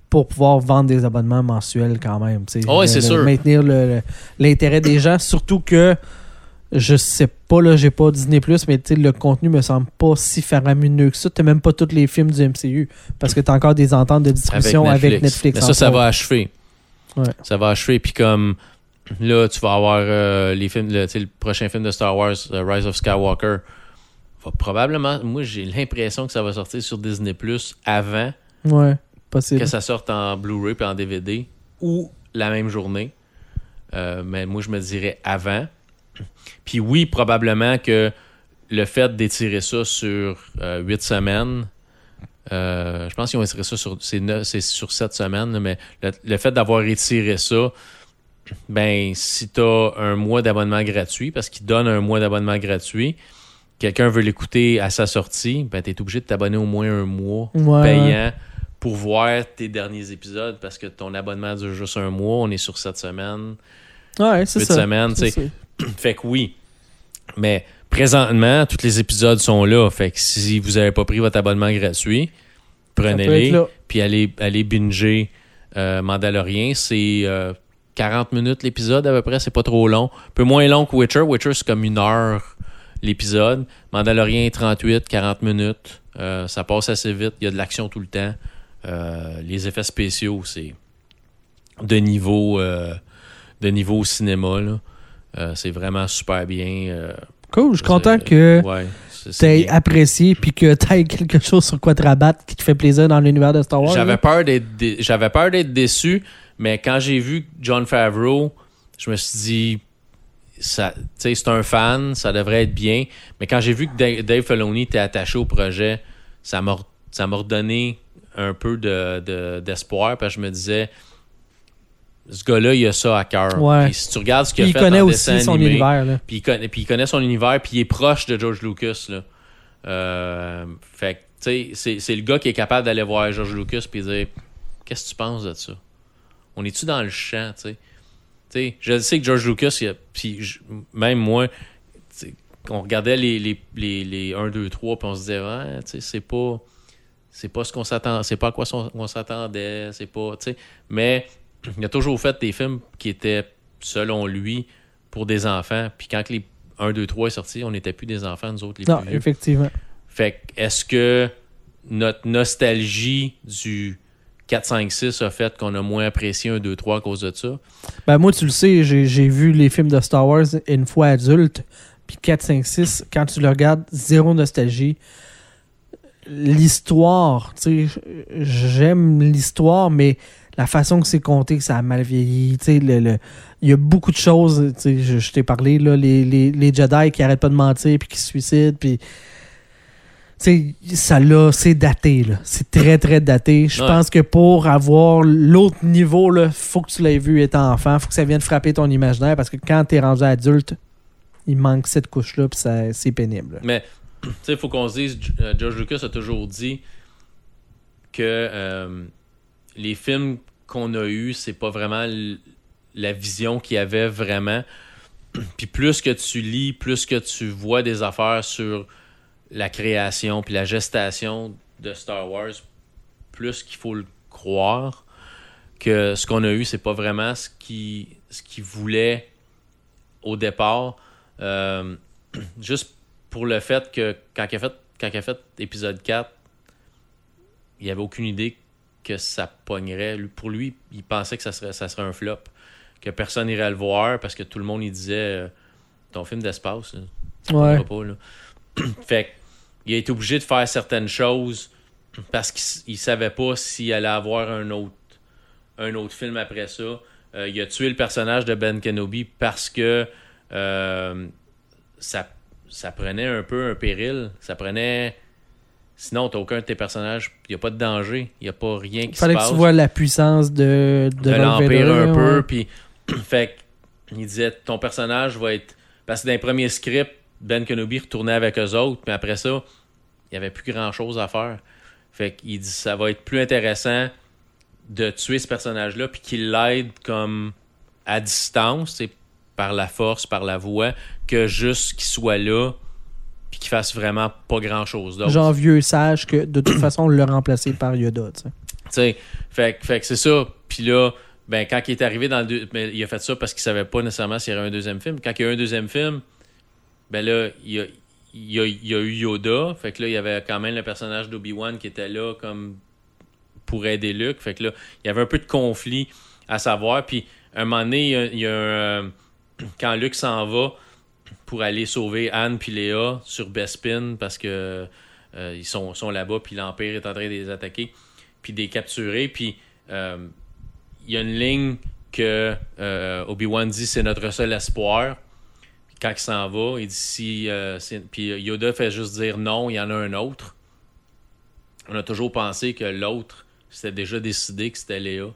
pour pouvoir vendre des abonnements mensuels quand même. Oh, oui, c'est le, sûr. Maintenir le, le, l'intérêt des gens, surtout que je sais pas, là, j'ai pas Disney plus, mais le contenu me semble pas si faramineux que ça. T'as même pas tous les films du M C U parce que t'as encore des ententes de distribution avec Netflix. Avec Netflix mais ça, ça va achever. Ouais. Ça va achever. Puis comme là, tu vas avoir euh, les films, le, le prochain film de Star Wars, uh, Rise of Skywalker. Va probablement, moi, j'ai l'impression que ça va sortir sur Disney plus avant ouais, possible. que ça sorte en Blu-ray et en D V D ou la même journée. Euh, mais moi, je me dirais avant. Puis oui, probablement que le fait d'étirer ça sur euh, huit semaines, euh, je pense qu'ils ont étiré ça sur c'est, neuf, c'est sur sept semaines, là, mais le, le fait d'avoir étiré ça, ben si tu as un mois d'abonnement gratuit, parce qu'ils donnent un mois d'abonnement gratuit, quelqu'un veut l'écouter à sa sortie, ben tu es obligé de t'abonner au moins un mois ouais. payant pour voir tes derniers épisodes, parce que ton abonnement dure juste un mois, on est sur sept semaines, ouais, c'est huit ça. semaines, tu sais. Fait que oui, mais présentement, tous les épisodes sont là. Fait que si vous n'avez pas pris votre abonnement gratuit, prenez-les, puis allez, allez binger euh, Mandalorian. C'est euh, quarante minutes l'épisode à peu près, c'est pas trop long. Un peu moins long que Witcher. Witcher, c'est comme une heure l'épisode. Mandalorian, trente-huit, quarante minutes. Euh, ça passe assez vite, il y a de l'action tout le temps. Euh, les effets spéciaux, c'est de niveau, euh, de niveau cinéma, là. Euh, c'est vraiment super bien. Euh, cool, je suis content que ouais, tu aies apprécié puis que tu aies quelque chose sur quoi te rabattre qui te fait plaisir dans l'univers de Star Wars. J'avais peur d'être, dé... J'avais peur d'être déçu, mais quand j'ai vu Jon Favreau, je me suis dit, ça, c'est un fan, ça devrait être bien. Mais quand j'ai vu que Dave Filoni était attaché au projet, ça m'a, ça m'a redonné un peu de, de, d'espoir parce que je me disais... Ce gars-là, il a ça à cœur. Ouais. Puis si tu regardes ce qu'il a il fait connaît en aussi dessin son animé, univers. Là. Puis, il connaît, puis il connaît son univers, puis il est proche de George Lucas. Là. Euh, fait que, tu sais, c'est, c'est le gars qui est capable d'aller voir George Lucas puis dire « Qu'est-ce que tu penses de ça? On est-tu dans le champ? » Tu sais, je sais que George Lucas, il a, puis même moi, on regardait les, les, les, les un, deux, trois, puis on se disait ouais, « tu sais, c'est pas, c'est pas ce qu'on s'attend, c'est pas à quoi on s'attendait, c'est pas... » tu sais, mais... Il a toujours fait des films qui étaient, selon lui, pour des enfants. Puis quand les un, deux, trois est sorti, on n'était plus des enfants, nous autres, les non, plus vieux. Effectivement. Fait que, est-ce que notre nostalgie du quatre, cinq, six a fait qu'on a moins apprécié un, deux, trois à cause de ça? Ben moi, tu le sais, j'ai, j'ai vu les films de Star Wars une fois adulte. Puis quatre, cinq, six, quand tu le regardes, zéro nostalgie. L'histoire, tu sais, j'aime l'histoire, mais... La façon que c'est compté, que ça a mal vieilli. Le, le, il y a beaucoup de choses. Je, je t'ai parlé, là, les, les, les Jedi qui arrêtent pas de mentir puis qui se suicident. Puis, ça là, c'est daté. Là. C'est très, très daté. Je ouais. pense que pour avoir l'autre niveau, il faut que tu l'aies vu étant enfant. Il faut que ça vienne frapper ton imaginaire parce que quand tu es rendu adulte, il manque cette couche-là puis ça, c'est pénible. Mais il faut qu'on se dise, George Lucas a toujours dit que... Euh, les films qu'on a eus, c'est pas vraiment l- la vision qu'il y avait vraiment. Puis plus que tu lis, plus que tu vois des affaires sur la création puis la gestation de Star Wars, plus qu'il faut le croire que ce qu'on a eu, c'est pas vraiment ce qu'il, ce qu'il voulait au départ. Euh, juste pour le fait que quand il a fait, quand il a fait épisode quatre, il n'y avait aucune idée que ça pognerait. Pour lui, il pensait que ça serait, ça serait un flop, que personne irait le voir parce que tout le monde il disait euh, ton film d'espace, là, ça ouais. pas, là. Fait qu'il a été obligé de faire certaines choses parce qu'il ne savait pas s'il allait avoir un autre, un autre film après ça. Euh, il a tué le personnage de Ben Kenobi parce que euh, ça, ça prenait un peu un péril. Ça prenait... Sinon, t'as aucun de tes personnages, il n'y a pas de danger, il n'y a pas rien qui se passe. Fallait que tu vois la puissance de, de, de l'Empire un peu, ouais. puis fait il disait, ton personnage va être... Parce que dans les premiers scripts, Ben Kenobi retournait avec eux autres, mais après ça, il n'y avait plus grand-chose à faire. Fait qu'il dit, ça va être plus intéressant de tuer ce personnage-là, puis qu'il l'aide comme à distance, par la force, par la voix, que juste qu'il soit là, puis qu'il fasse vraiment pas grand-chose d'autre. Genre vieux sage que de toute façon on l'a remplacé par Yoda, tu sais. Tu sais, fait, fait que c'est ça. Puis là, ben, quand il est arrivé dans le deux, ben, il a fait ça parce qu'il savait pas nécessairement s'il y aurait un deuxième film. Quand il y a eu un deuxième film, ben là, il y a, il y a, il y a eu Yoda. Fait que là, il y avait quand même le personnage d'Obi-Wan qui était là comme pour aider Luke. Fait que là, il y avait un peu de conflit à savoir. Puis, un moment donné, il y a, il y a un, euh, quand Luke s'en va pour aller sauver Anne puis Léa sur Bespin parce que euh, ils sont, sont là-bas puis l'Empire est en train de les attaquer puis de les capturer. Puis, euh, il y a une ligne que euh, Obi-Wan dit c'est notre seul espoir. Puis quand il s'en va, il dit si... Euh, puis Yoda fait juste dire non, il y en a un autre. On a toujours pensé que l'autre, c'était déjà décidé que c'était Léa.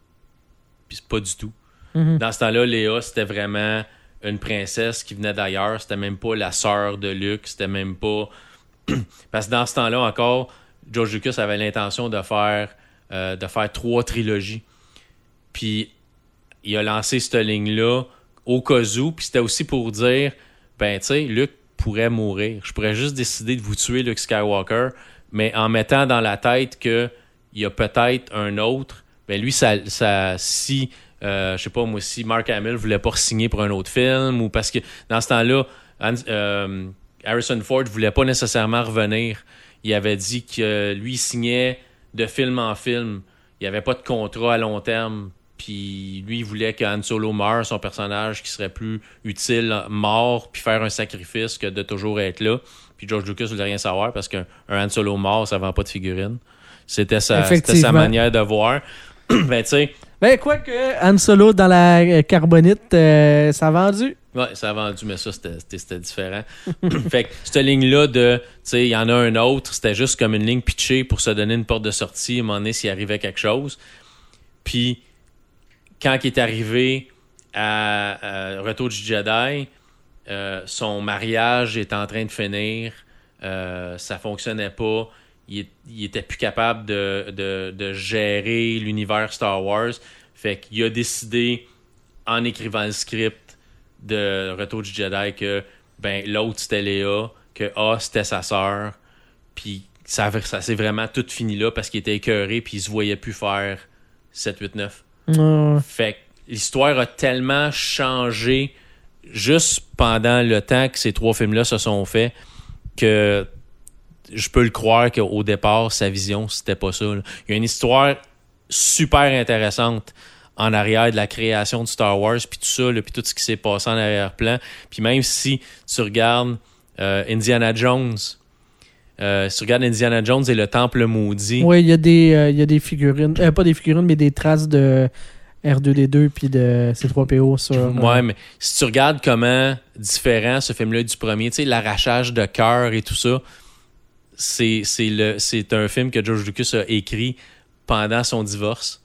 Puis c'est pas du tout. Mm-hmm. Dans ce temps-là, Léa, c'était vraiment une princesse qui venait d'ailleurs. C'était même pas la sœur de Luke. C'était même pas... Parce que dans ce temps-là encore, George Lucas avait l'intention de faire, euh, de faire trois trilogies. Puis il a lancé cette ligne-là au cas où. Puis c'était aussi pour dire, ben tu sais, Luke pourrait mourir. Je pourrais juste décider de vous tuer, Luke Skywalker, mais en mettant dans la tête qu'il y a peut-être un autre, ben lui, ça, ça si, euh, je sais pas moi, si Mark Hamill voulait pas signer pour un autre film, ou parce que dans ce temps-là, euh, Harrison Ford voulait pas nécessairement revenir. Il avait dit que lui, il signait de film en film. Il n'y avait pas de contrat à long terme. Puis lui, il voulait que Han Solo meure, son personnage qui serait plus utile, mort, puis faire un sacrifice que de toujours être là. Puis George Lucas ne voulait rien savoir parce qu'un un Han Solo mort, ça ne vend pas de figurines. C'était sa, c'était sa manière de voir. Ben, tu sais. Ben, quoi que Han Solo dans la carbonite, euh, ça a vendu. Ouais, ça a vendu, mais ça, c'était, c'était, c'était différent. Fait que cette ligne-là de, tu sais, il y en a un autre, c'était juste comme une ligne pitchée pour se donner une porte de sortie, à un moment donné, s'il arrivait quelque chose. Puis, quand il est arrivé à, à Retour du Jedi, euh, son mariage est en train de finir, euh, ça fonctionnait pas, il, il était plus capable de, de, de gérer l'univers Star Wars. Fait qu'il a décidé, en écrivant le script de Retour du Jedi, que ben l'autre c'était Léa, que A c'était sa sœur, puis ça, ça s'est vraiment tout fini là parce qu'il était écœuré puis il se voyait plus faire sept, huit, neuf. Mmh. Fait que l'histoire a tellement changé juste pendant le temps que ces trois films-là se sont faits que je peux le croire qu'au départ, sa vision, c'était pas ça. Là. Il y a une histoire super intéressante en arrière de la création de Star Wars, puis tout ça, puis tout ce qui s'est passé en arrière-plan. Puis même si tu regardes euh, Indiana Jones, euh, si tu regardes Indiana Jones et le Temple maudit... Oui, il y a des, euh, y a des figurines, euh, pas des figurines, mais des traces de R deux D deux puis de C trois P O sur... Euh... Ouais, mais si tu regardes comment différent ce film-là du premier, tu sais, l'arrachage de cœur et tout ça, c'est, c'est, le, c'est un film que George Lucas a écrit pendant son divorce.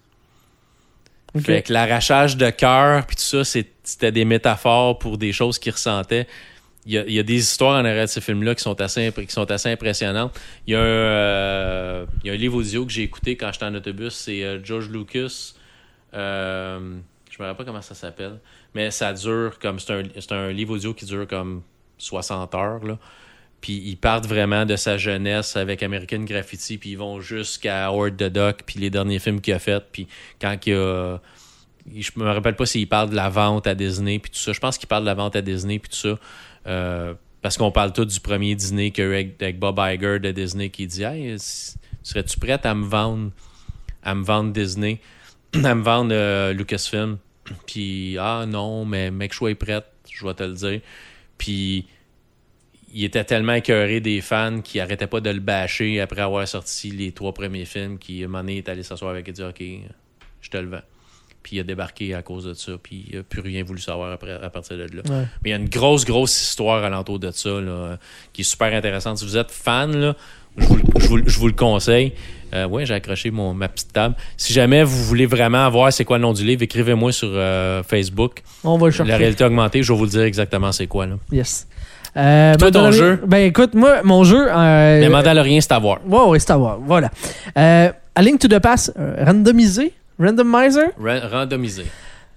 Okay. Fait que l'arrachage de cœur puis tout ça, c'est, c'était des métaphores pour des choses qu'il ressentait. Il y a, il y a des histoires en arrière de ce film-là qui sont assez, qui sont assez impressionnantes. Il y a un, euh, il y a un livre audio que j'ai écouté quand j'étais en autobus, c'est euh, George Lucas. Euh, je me rappelle pas comment ça s'appelle, mais ça dure comme... C'est un, c'est un livre audio qui dure comme soixante heures, là. Puis ils partent vraiment de sa jeunesse avec American Graffiti, puis ils vont jusqu'à Howard the Duck, puis les derniers films qu'il a fait, puis quand il a... Je me rappelle pas s'il parle de la vente à Disney, puis tout ça. Je pense qu'il parle de la vente à Disney, puis tout ça. Euh, parce qu'on parle tout du premier dîner qu'il y a eu avec, avec Bob Iger de Disney qui dit « Hey, serais-tu prête à me vendre, à me vendre Disney, à me vendre euh, Lucasfilm? » Puis « Ah non, mais mec, je suis prête, je vais te le dire. » Puis il était tellement écœuré des fans qui arrêtaient pas de le bâcher après avoir sorti les trois premiers films, qui, à un moment donné, est allé s'asseoir avec et dit « Ok, je te le vends. » Puis il a débarqué à cause de ça, puis il n'a plus rien voulu savoir après, à partir de là. Ouais. Mais il y a une grosse, grosse histoire alentour de ça, là, qui est super intéressante. Si vous êtes fan, là, je, vous, je, vous, je vous le conseille. Euh, oui, j'ai accroché mon, ma petite table. Si jamais vous voulez vraiment voir c'est quoi le nom du livre, écrivez-moi sur euh, Facebook. On va le chercher. La réalité augmentée, je vais vous le dire exactement c'est quoi. Là. Yes. Euh, Toi, ton jeu? Ben écoute, moi, mon jeu... Euh, Mais Mandalorian, c'est à voir. Ouais, ouais, c'est à voir. Voilà. Euh, A Link to the Past, euh, randomisé. Randomizer? Ra- randomisé.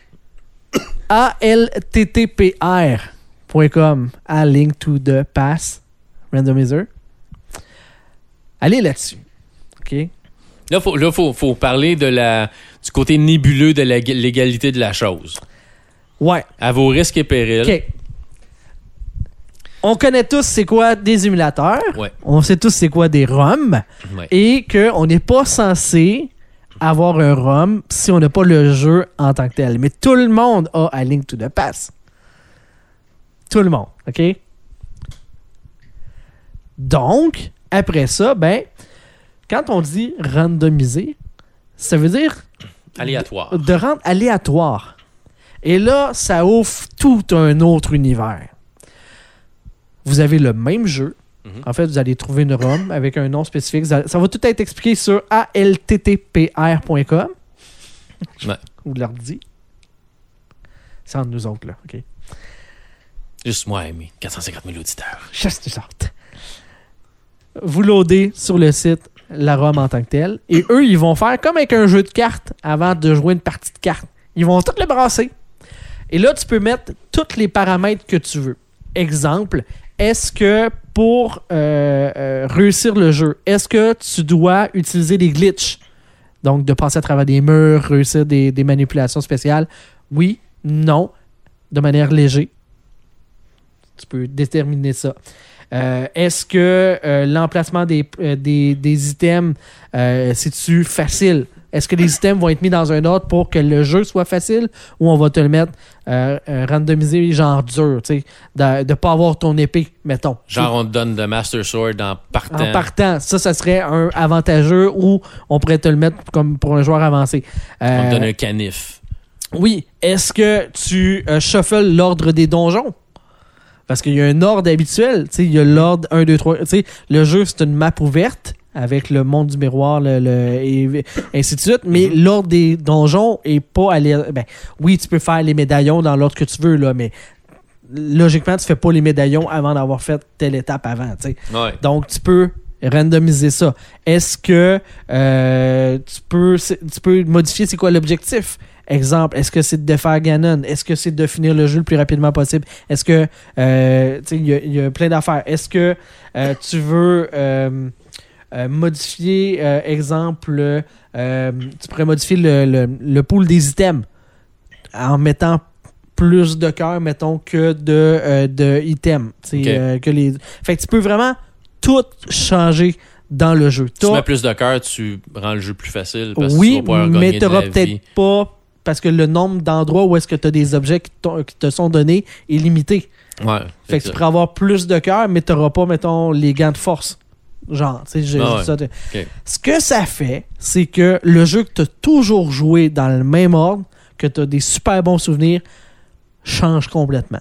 A L T T P R point com. A Link to the Past. Randomizer. Allez là-dessus. OK? Là, faut, là, faut, faut parler de la, du côté nébuleux de la légalité de la chose. Ouais. À vos risques et périls. OK. On connaît tous c'est quoi des émulateurs. Ouais. On sait tous c'est quoi des ROM. Ouais. Et qu'on n'est pas censé avoir un ROM si on n'a pas le jeu en tant que tel. Mais tout le monde a A Link to the Past. Tout le monde. OK? Donc, après ça, ben, quand on dit randomiser, ça veut dire aléatoire. De, de rendre aléatoire. Et là, ça ouvre tout un autre univers. Vous avez le même jeu. Mm-hmm. En fait, vous allez trouver une ROM avec un nom spécifique. Ça va tout être expliqué sur A L T T P R point com. Ouais. Ou l'ordi. C'est entre nous autres, là. OK? Juste moi, Amy. quatre cent cinquante mille auditeurs. Juste nous autres. Vous loadez sur le site la ROM en tant que telle. Et eux, ils vont faire comme avec un jeu de cartes avant de jouer une partie de cartes. Ils vont tout le brasser. Et là, tu peux mettre tous les paramètres que tu veux. Exemple, est-ce que pour euh, euh, réussir le jeu, est-ce que tu dois utiliser des glitches? Donc, de passer à travers des murs, réussir des, des manipulations spéciales? Oui, non, de manière légère. Tu peux déterminer ça. Euh, est-ce que euh, l'emplacement des, euh, des, des items, euh, c'est-tu facile? Est-ce que les items vont être mis dans un ordre pour que le jeu soit facile ou on va te le mettre euh, euh, randomisé genre dur, tu sais, de ne pas avoir ton épée, mettons. Genre on te donne le Master Sword en partant. En partant. Ça, ça serait un avantageux ou on pourrait te le mettre comme pour un joueur avancé. Euh, on te donne un canif. Oui. Est-ce que tu euh, shuffles l'ordre des donjons? Parce qu'il y a un ordre habituel. Il y a l'ordre un, deux, trois. Le jeu, c'est une map ouverte avec le monde du miroir le, le, et ainsi de suite. Mais mm-hmm. l'ordre des donjons est pas allé. Ben, oui, tu peux faire les médaillons dans l'ordre que tu veux, là, mais logiquement, tu fais pas les médaillons avant d'avoir fait telle étape avant. Ouais. Donc, tu peux randomiser ça. Est-ce que euh, tu, peux, tu peux modifier c'est quoi l'objectif? Exemple, est-ce que c'est de défaire Ganon? Est-ce que c'est de finir le jeu le plus rapidement possible? Est-ce que, euh, tu sais, il y, y a plein d'affaires. Est-ce que euh, tu veux euh, euh, modifier, euh, exemple, euh, tu pourrais modifier le, le, le pool des items en mettant plus de cœurs, mettons, que de, euh, de items. Okay. Euh, que les... Fait que tu peux vraiment tout changer dans le jeu. Tu mets plus de cœurs, tu rends le jeu plus facile parce oui, que tu vas pouvoir gagner mais tu n'auras peut-être vie. pas... Parce que le nombre d'endroits où est-ce que tu as des objets qui, qui te sont donnés est limité. Ouais. Fait que ça. Tu pourrais avoir plus de cœur, mais tu n'auras pas, mettons, les gants de force. Genre, tu sais, j'ai ah ouais. ça. Okay. Ce que ça fait, c'est que le jeu que tu as toujours joué dans le même ordre, que tu as des super bons souvenirs, change complètement.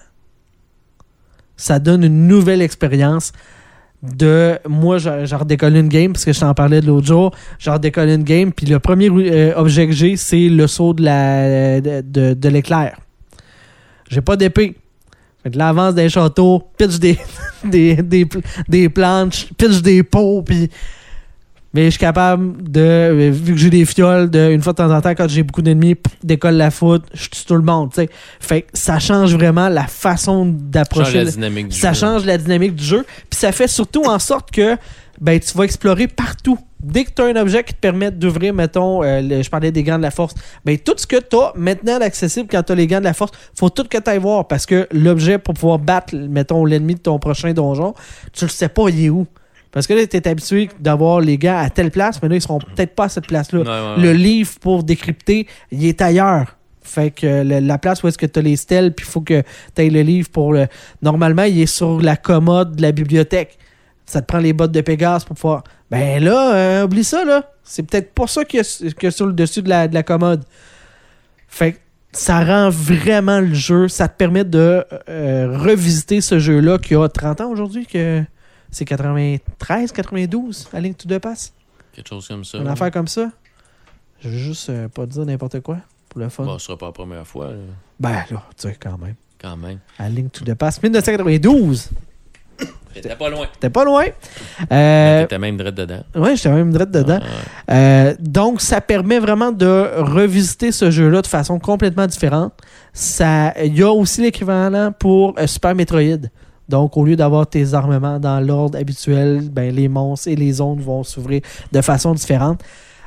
Ça donne une nouvelle expérience. De moi, j'ai redécollé une game parce que je t'en parlais de l'autre jour. J'ai redécollé une game, puis le premier euh, objet que j'ai, c'est le saut de la de, de, de l'éclair. J'ai pas d'épée. Fait que là, avance des châteaux, pitch des, des, des, des planches, pitch des pots, puis. Mais je suis capable de, vu que j'ai des fioles, de, une fois de temps en temps, quand j'ai beaucoup d'ennemis, décolle la foot, je tue tout le monde, tu sais. Fait que ça change vraiment la façon d'approcher. Ça change la dynamique du ça jeu. change la dynamique du jeu. Puis ça fait surtout en sorte que ben, tu vas explorer partout. Dès que tu as un objet qui te permet d'ouvrir, mettons, euh, le, je parlais des gants de la force, ben tout ce que tu as maintenant d'accessible quand tu as les gants de la force, faut tout que tu ailles voir parce que l'objet pour pouvoir battre, mettons, l'ennemi de ton prochain donjon, tu le sais pas, il est où. Parce que là, tu es habitué d'avoir les gars à telle place, mais là, ils seront peut-être pas à cette place-là. Ouais, ouais, ouais. Le livre pour décrypter, il est ailleurs. Fait que le, la place où est-ce que tu as les stèles, puis il faut que tu aies le livre pour le... Normalement, il est sur la commode de la bibliothèque. Ça te prend les bottes de Pégase pour pouvoir... Ben là, euh, oublie ça, là. C'est peut-être pas ça qu'il y a, qu'il y a sur le dessus de la, de la commode. Fait que ça rend vraiment le jeu... Ça te permet de euh, revisiter ce jeu-là qui a trente ans aujourd'hui, que... C'est quatre-vingt-treize, quatre-vingt-douze, A Link to the Past. Quelque chose comme ça. Une ouais. affaire comme ça. Je veux juste euh, pas dire n'importe quoi pour le fun. Bon, ce sera pas la première fois. Là. Ben là, tu sais, quand même. Quand même. A Link to the Past, dix-neuf cent quatre-vingt-douze. T'étais pas loin. T'étais pas loin. Euh, T'étais même direct dedans. Oui, j'étais même direct dedans. Ah, ouais. euh, donc, ça permet vraiment de revisiter ce jeu-là de façon complètement différente. Il y a aussi l'équivalent pour euh, Super Metroid. Donc, au lieu d'avoir tes armements dans l'ordre habituel, ben, les monstres et les zones vont s'ouvrir de façon différente.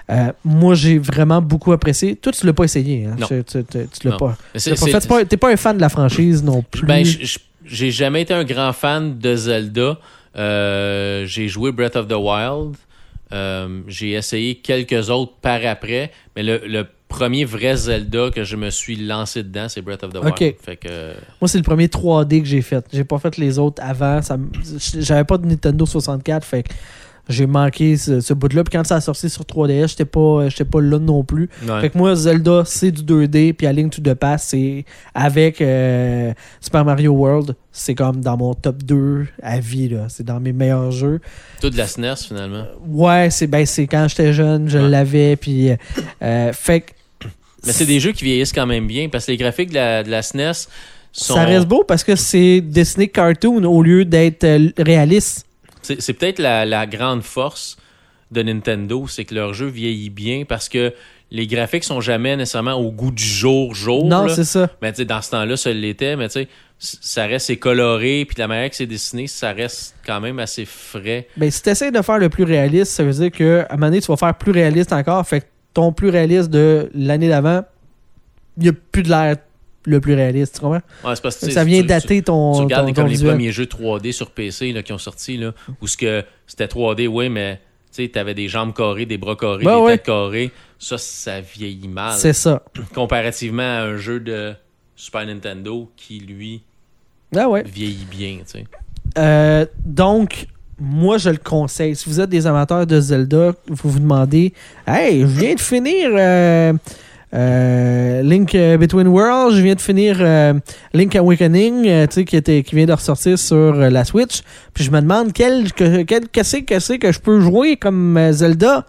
Euh, moi, j'ai vraiment beaucoup apprécié. Toi, tu l'as pas essayé. Hein? Non. Tu, tu, tu, tu l'as non. pas. C'est, tu l'as pas fait. C'est pas, t'es pas un fan de la franchise non plus. Ben, j'ai jamais été un grand fan de Zelda. Euh, j'ai joué Breath of the Wild. Euh, j'ai essayé quelques autres par après. Mais le, le premier vrai Zelda que je me suis lancé dedans, c'est Breath of the Wild. Okay. Fait que... Moi, c'est le premier trois D que j'ai fait. J'ai pas fait les autres avant. Ça, j'avais pas de Nintendo soixante-quatre. Fait que j'ai manqué ce, ce bout-là. Puis quand ça a sorti sur trois D S, j'étais pas, j'étais pas là non plus. Ouais. Fait que moi, Zelda, c'est du deux D. Puis A Link to the Past, c'est avec euh, Super Mario World. C'est comme dans mon top deux à vie. Là. C'est dans mes meilleurs jeux. Tout de la S N E S, finalement. Ouais, c'est, ben, c'est quand j'étais jeune, je ouais. l'avais. Puis, euh, fait que. Mais c'est des jeux qui vieillissent quand même bien. Parce que les graphiques de la, de la S N E S sont... Ça reste beau parce que c'est Disney Cartoon au lieu d'être euh, réaliste. C'est, c'est peut-être la, la grande force de Nintendo, c'est que leur jeu vieillit bien parce que les graphiques sont jamais nécessairement au goût du jour jour. Non, là. c'est ça. Mais tu sais, dans ce temps-là, ça l'était, mais tu sais, ça reste c'est coloré, puis la manière que c'est dessiné, ça reste quand même assez frais. Ben, si tu essaies de faire le plus réaliste, ça veut dire qu'à un moment donné, tu vas faire plus réaliste encore. Fait que ton plus réaliste de l'année d'avant, il n'y a plus de l'air le plus réaliste, tu comprends? Ouais, c'est parce que ça vient tu, dater tu, ton. Tu regardes ton, comme ton les visuel. premiers jeux trois D sur P C là, qui ont sorti, là, où ce que c'était trois D, oui, mais tu avais des jambes carrées, des bras carrés, ben des ouais. têtes carrées. Ça, ça vieillit mal. C'est ça. Comparativement à un jeu de Super Nintendo qui, lui, ah ouais. vieillit bien. Tu sais. Euh, donc, moi, je le conseille. Si vous êtes des amateurs de Zelda, vous vous demandez hey, je viens de finir. Euh, Euh, Link Between Worlds, je viens de finir euh, Link Awakening, euh, tu sais, qui, était, qui vient de ressortir sur euh, la Switch. Puis je me demande quel, que, quel, qu'est-ce que c'est que je peux jouer comme euh, Zelda.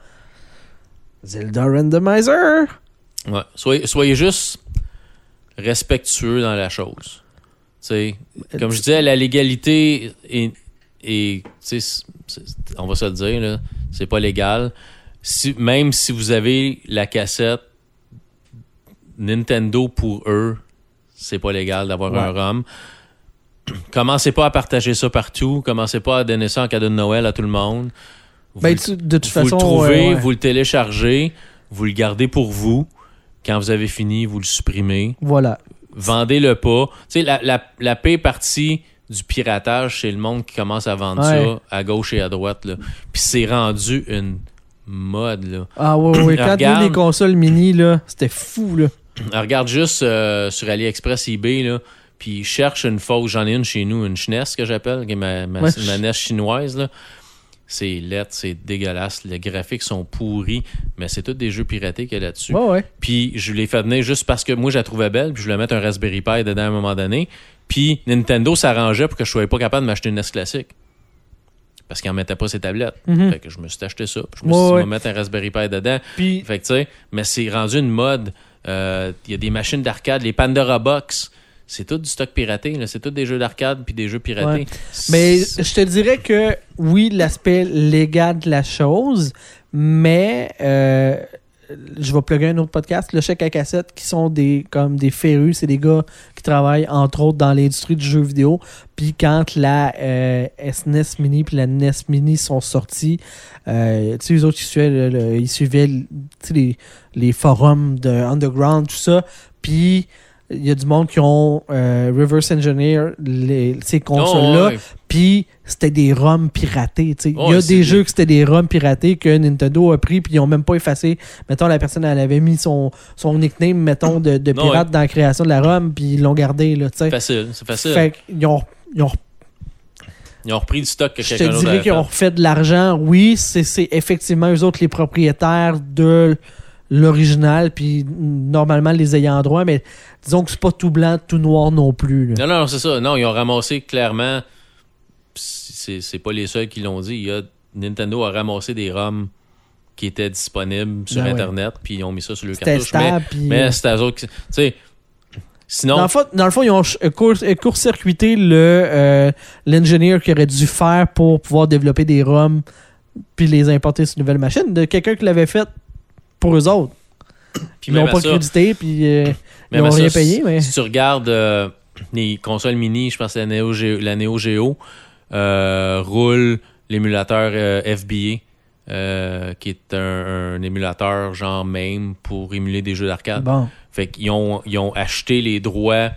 Zelda Randomizer. Ouais. Soyez, soyez juste respectueux dans la chose. Tu sais, comme je disais, la légalité est, est tu sais, on va se le dire, là, c'est pas légal. Si, même si vous avez la cassette Nintendo, pour eux, c'est pas légal d'avoir ouais. un ROM. Commencez pas à partager ça partout. Commencez pas à donner ça en cadeau de Noël à tout le monde. Vous, ben, tu, de toute vous façon, le trouvez, ouais, ouais. vous le téléchargez, vous le gardez pour vous. Quand vous avez fini, vous le supprimez. Voilà. Vendez-le pas. Tu sais, la, la, la paix partie du piratage, c'est le monde qui commence à vendre ouais. ça à gauche et à droite. Là. Puis c'est rendu une mode. Là. Ah oui, oui. Quand regarde, les consoles mini, là, c'était fou. Là. Regarde juste euh, sur AliExpress, eBay, là, puis cherche une fausse. J'en ai une chez nous, une S N E S que j'appelle, qui est ma, ma, ouais. ma N E S chinoise. Là. C'est laid, c'est dégueulasse. Les graphiques sont pourris, mais c'est tous des jeux piratés qu'il y a là-dessus. Ouais, ouais. Puis je l'ai fait venir juste parce que moi, je la trouvais belle, puis je voulais mettre un Raspberry Pi dedans à un moment donné. Puis Nintendo s'arrangeait pour que je sois pas capable de m'acheter une N E S classique. Parce qu'ils n'en mettaient pas ses tablettes. Mm-hmm. Fait que je me suis acheté ça. Puis je me ouais, suis dit, ouais. je vais mettre un Raspberry Pi dedans. Puis... Fait que tu sais, mais c'est rendu une mode. Il euh, y a des machines d'arcade, les Pandora Box. C'est tout du stock piraté. Là. C'est tout des jeux d'arcade puis des jeux piratés. Ouais. Mais je te dirais que oui, l'aspect légal de la chose, mais euh, je vais plugger un autre podcast, le Chèque à cassette, qui sont des comme des férus. C'est des gars qui travaillent entre autres dans l'industrie du jeu vidéo. Puis quand la euh, S N E S Mini puis la N E S Mini sont sortis, euh, tu sais, les autres ils suivaient, le, le, ils suivaient les, les forums de Underground, tout ça. Puis il y a du monde qui ont euh, reverse engineer les, ces consoles-là. Oh, ouais. Puis c'était des ROM piratés. Oh, il y a des bien. jeux que c'était des ROM piratés que Nintendo a pris puis ils n'ont même pas effacé. Mettons, la personne elle avait mis son, son nickname, mettons, de, de pirate oh, ouais. dans la création de la ROM puis ils l'ont gardé. Là, c'est facile, c'est facile. Fait qu'ils ont, ils ont Ils ont repris du stock que je quelqu'un te d'autre dirais qu'ils ont refait de l'argent. Oui, c'est, c'est effectivement eux autres les propriétaires de l'original, puis normalement les ayants droit, mais disons que c'est pas tout blanc, tout noir non plus. Là. Non, non, c'est ça. Non, ils ont ramassé clairement. C'est, c'est pas les seuls qui l'ont dit. Il y a, Nintendo a ramassé des ROM qui étaient disponibles sur ben Internet, ouais. puis ils ont mis ça sur le c'était cartouche. Stable, mais, puis... mais c'est eux autres qui. Tu sais. Sinon. Dans le, fond, dans le fond, ils ont court, court-circuité le, euh, l'ingénieur qui aurait dû faire pour pouvoir développer des ROM puis les importer sur une nouvelle machine, de quelqu'un qui l'avait fait pour eux autres. Puis ils n'ont pas ça, crédité, puis euh, ils n'ont rien ça, payé. Mais... Si tu regardes euh, les consoles mini, je pense que la Neo Geo, la Neo Geo euh, roule l'émulateur euh, F B A euh, qui est un, un émulateur genre MAME pour émuler des jeux d'arcade. Bon. Fait qu'ils ont, ils ont acheté les droits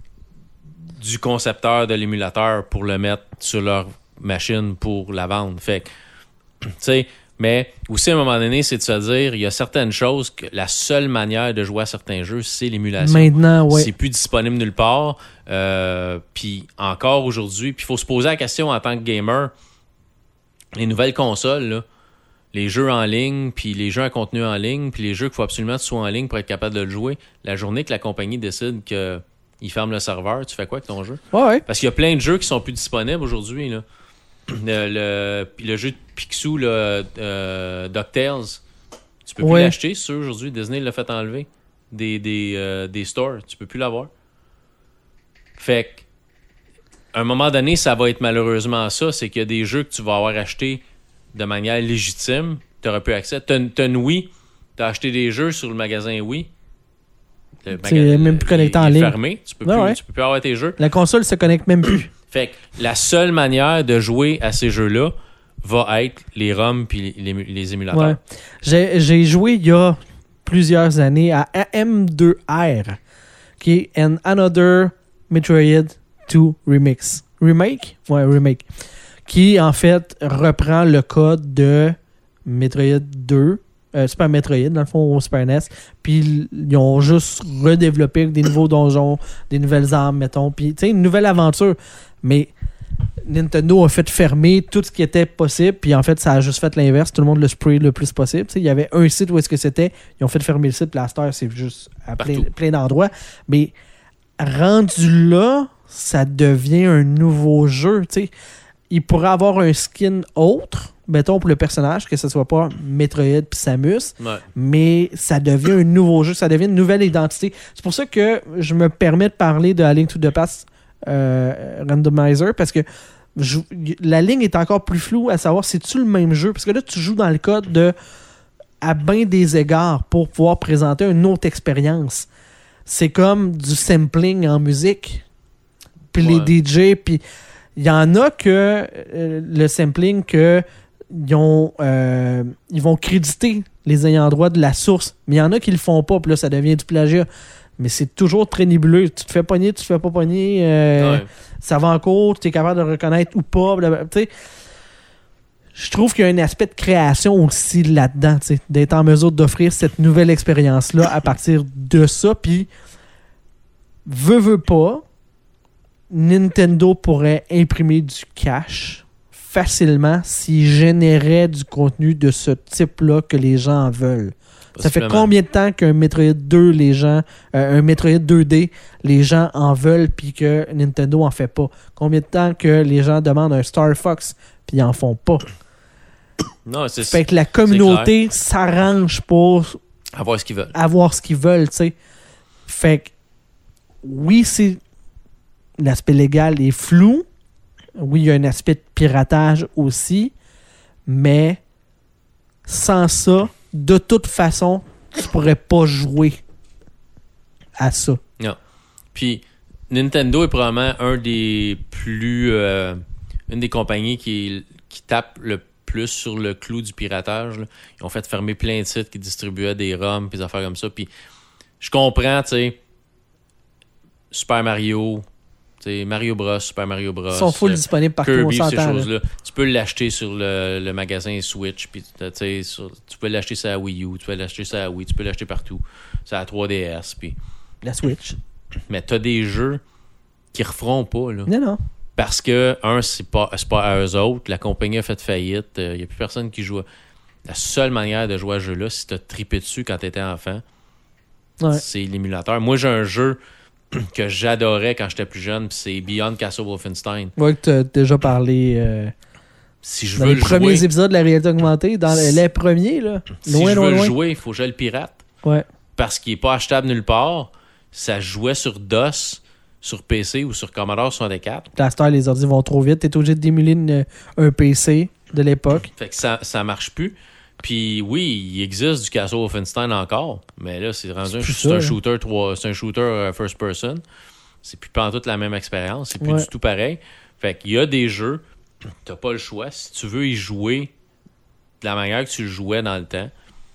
du concepteur de l'émulateur pour le mettre sur leur machine pour la vendre. Fait que, tu sais, mais aussi à un moment donné, c'est de se dire, il y a certaines choses que la seule manière de jouer à certains jeux, c'est l'émulation. Maintenant, ouais. C'est plus disponible nulle part. Euh, puis encore aujourd'hui, puis il faut se poser la question en tant que gamer, les nouvelles consoles, là, les jeux en ligne, puis les jeux à contenu en ligne, puis les jeux qu'il faut absolument que tu sois en ligne pour être capable de le jouer, la journée que la compagnie décide que il ferme le serveur, tu fais quoi avec ton jeu? Ouais, ouais. Parce qu'il y a plein de jeux qui sont plus disponibles aujourd'hui. Là. Le, le, le jeu de Picsou, là, euh, DuckTales, tu peux plus ouais. l'acheter, c'est sûr, aujourd'hui. Disney l'a fait enlever des, des, euh, des stores. Tu peux plus l'avoir. Fait qu'à un moment donné, ça va être malheureusement ça, c'est qu'il y a des jeux que tu vas avoir achetés de manière légitime, tu n'auras plus accès. Tu as une Wii, tu as acheté des jeux sur le magasin Wii. Le c'est maga- même plus connecté en ligne. Fermé. Tu peux, ah plus, ouais. tu peux plus avoir tes jeux. La console se connecte même plus. Fait que la seule manière de jouer à ces jeux-là va être les ROM puis les, les, les émulateurs. Ouais. J'ai, j'ai joué il y a plusieurs années à A M deux R, qui est An Another Metroid deux Remix. Remake? Ouais, remake. Qui, en fait, reprend le code de Metroid deux. Euh, Super Metroid, dans le fond, au Super N E S. Puis ils ont juste redéveloppé avec des nouveaux donjons, des nouvelles armes, mettons. Puis, tu sais, une nouvelle aventure. Mais Nintendo a fait fermer tout ce qui était possible. Puis, en fait, ça a juste fait l'inverse. Tout le monde le spray le plus possible. Tu sais, il y avait un site où est-ce que c'était. Ils ont fait fermer le site. Puis, la Star, c'est juste à plein, plein d'endroits. Mais rendu là, ça devient un nouveau jeu. Tu sais, il pourrait avoir un skin autre, mettons, pour le personnage, que ce soit pas Metroid puis Samus, ouais. mais ça devient un nouveau jeu, ça devient une nouvelle identité. C'est pour ça que je me permets de parler de A Link to the Past euh, Randomizer, parce que je, la ligne est encore plus floue à savoir si c'est-tu le même jeu, parce que là, tu joues dans le code de à bien des égards pour pouvoir présenter une autre expérience. C'est comme du sampling en musique, puis ouais. les D J, puis il y en a que euh, le sampling que ils, ont, euh, ils vont créditer les ayants droit de la source, mais il y en a qui le font pas, puis là ça devient du plagiat. Mais c'est toujours très nébuleux. Tu te fais pogner, tu te fais pas pogner, euh, ouais. ça va en cours, tu es capable de le reconnaître ou pas. Tu sais, je trouve qu'il y a un aspect de création aussi là-dedans, tu sais, d'être en mesure d'offrir cette nouvelle expérience-là à partir de ça, puis veut, veut pas, Nintendo pourrait imprimer du cash facilement s'il générait du contenu de ce type-là que les gens en veulent. Ça fait combien de temps qu'un Metroid deux, les gens, euh, un Metroid deux D, les gens en veulent puis que Nintendo en fait pas? Combien de temps que les gens demandent un Star Fox puis ils en font pas? Non, c'est fait que la communauté s'arrange pour avoir ce qu'ils veulent. Avoir ce qu'ils veulent, tu sais. Fait que oui, c'est l'aspect légal est flou. Oui, il y a un aspect de piratage aussi. Mais sans ça, de toute façon, tu pourrais pas jouer à ça. Non. Puis, Nintendo est probablement un des plus... Euh, une des compagnies qui, qui tape le plus sur le clou du piratage. Là. Ils ont fait fermer plein de sites qui distribuaient des ROM et des affaires comme ça. Puis, je comprends, tu sais, Super Mario... T'sais, Mario Bros, Super Mario Bros. Ils sont full euh, disponibles partout, Kirby, on ces s'entend. choses-là. Tu peux l'acheter sur le, le magasin Switch. Puis, sur, tu peux l'acheter sur la Wii U, tu peux l'acheter sur la Wii, tu peux l'acheter partout. C'est la trois D S. Puis... La Switch. Mais t'as des jeux qui referont pas. Là. Non, non. Parce que, un, c'est pas, c'est pas à eux autres. La compagnie a fait faillite. Il euh, n'y a plus personne qui joue. La seule manière de jouer à ce jeu-là, c'est de te triper dessus quand t'étais enfant. Ouais. C'est l'émulateur. Moi, j'ai un jeu que j'adorais quand j'étais plus jeune, puis c'est Beyond Castle Wolfenstein. Ouais, que tu as déjà parlé euh, si je dans veux les le premiers jouer, épisodes de la réalité augmentée, dans si, les premiers, là. Si loin, je loin, veux loin. le jouer, il faut que je le pirate. Ouais. Parce qu'il n'est pas achetable nulle part. Ça jouait sur DOS, sur P C ou sur Commodore soixante-quatre. La Star, les ordi vont trop vite. Tu es obligé de démuler une, un P C de l'époque. Fait que ça, ça marche plus. Puis oui, il existe du Castle Wolfenstein encore, mais là, c'est rendu un, c'est un shooter trois, c'est un shooter uh, first person. C'est plus pas en toute la même expérience. C'est plus ouais. du tout pareil. Fait qu'il y a des jeux, t'as pas le choix. Si tu veux y jouer de la manière que tu le jouais dans le temps,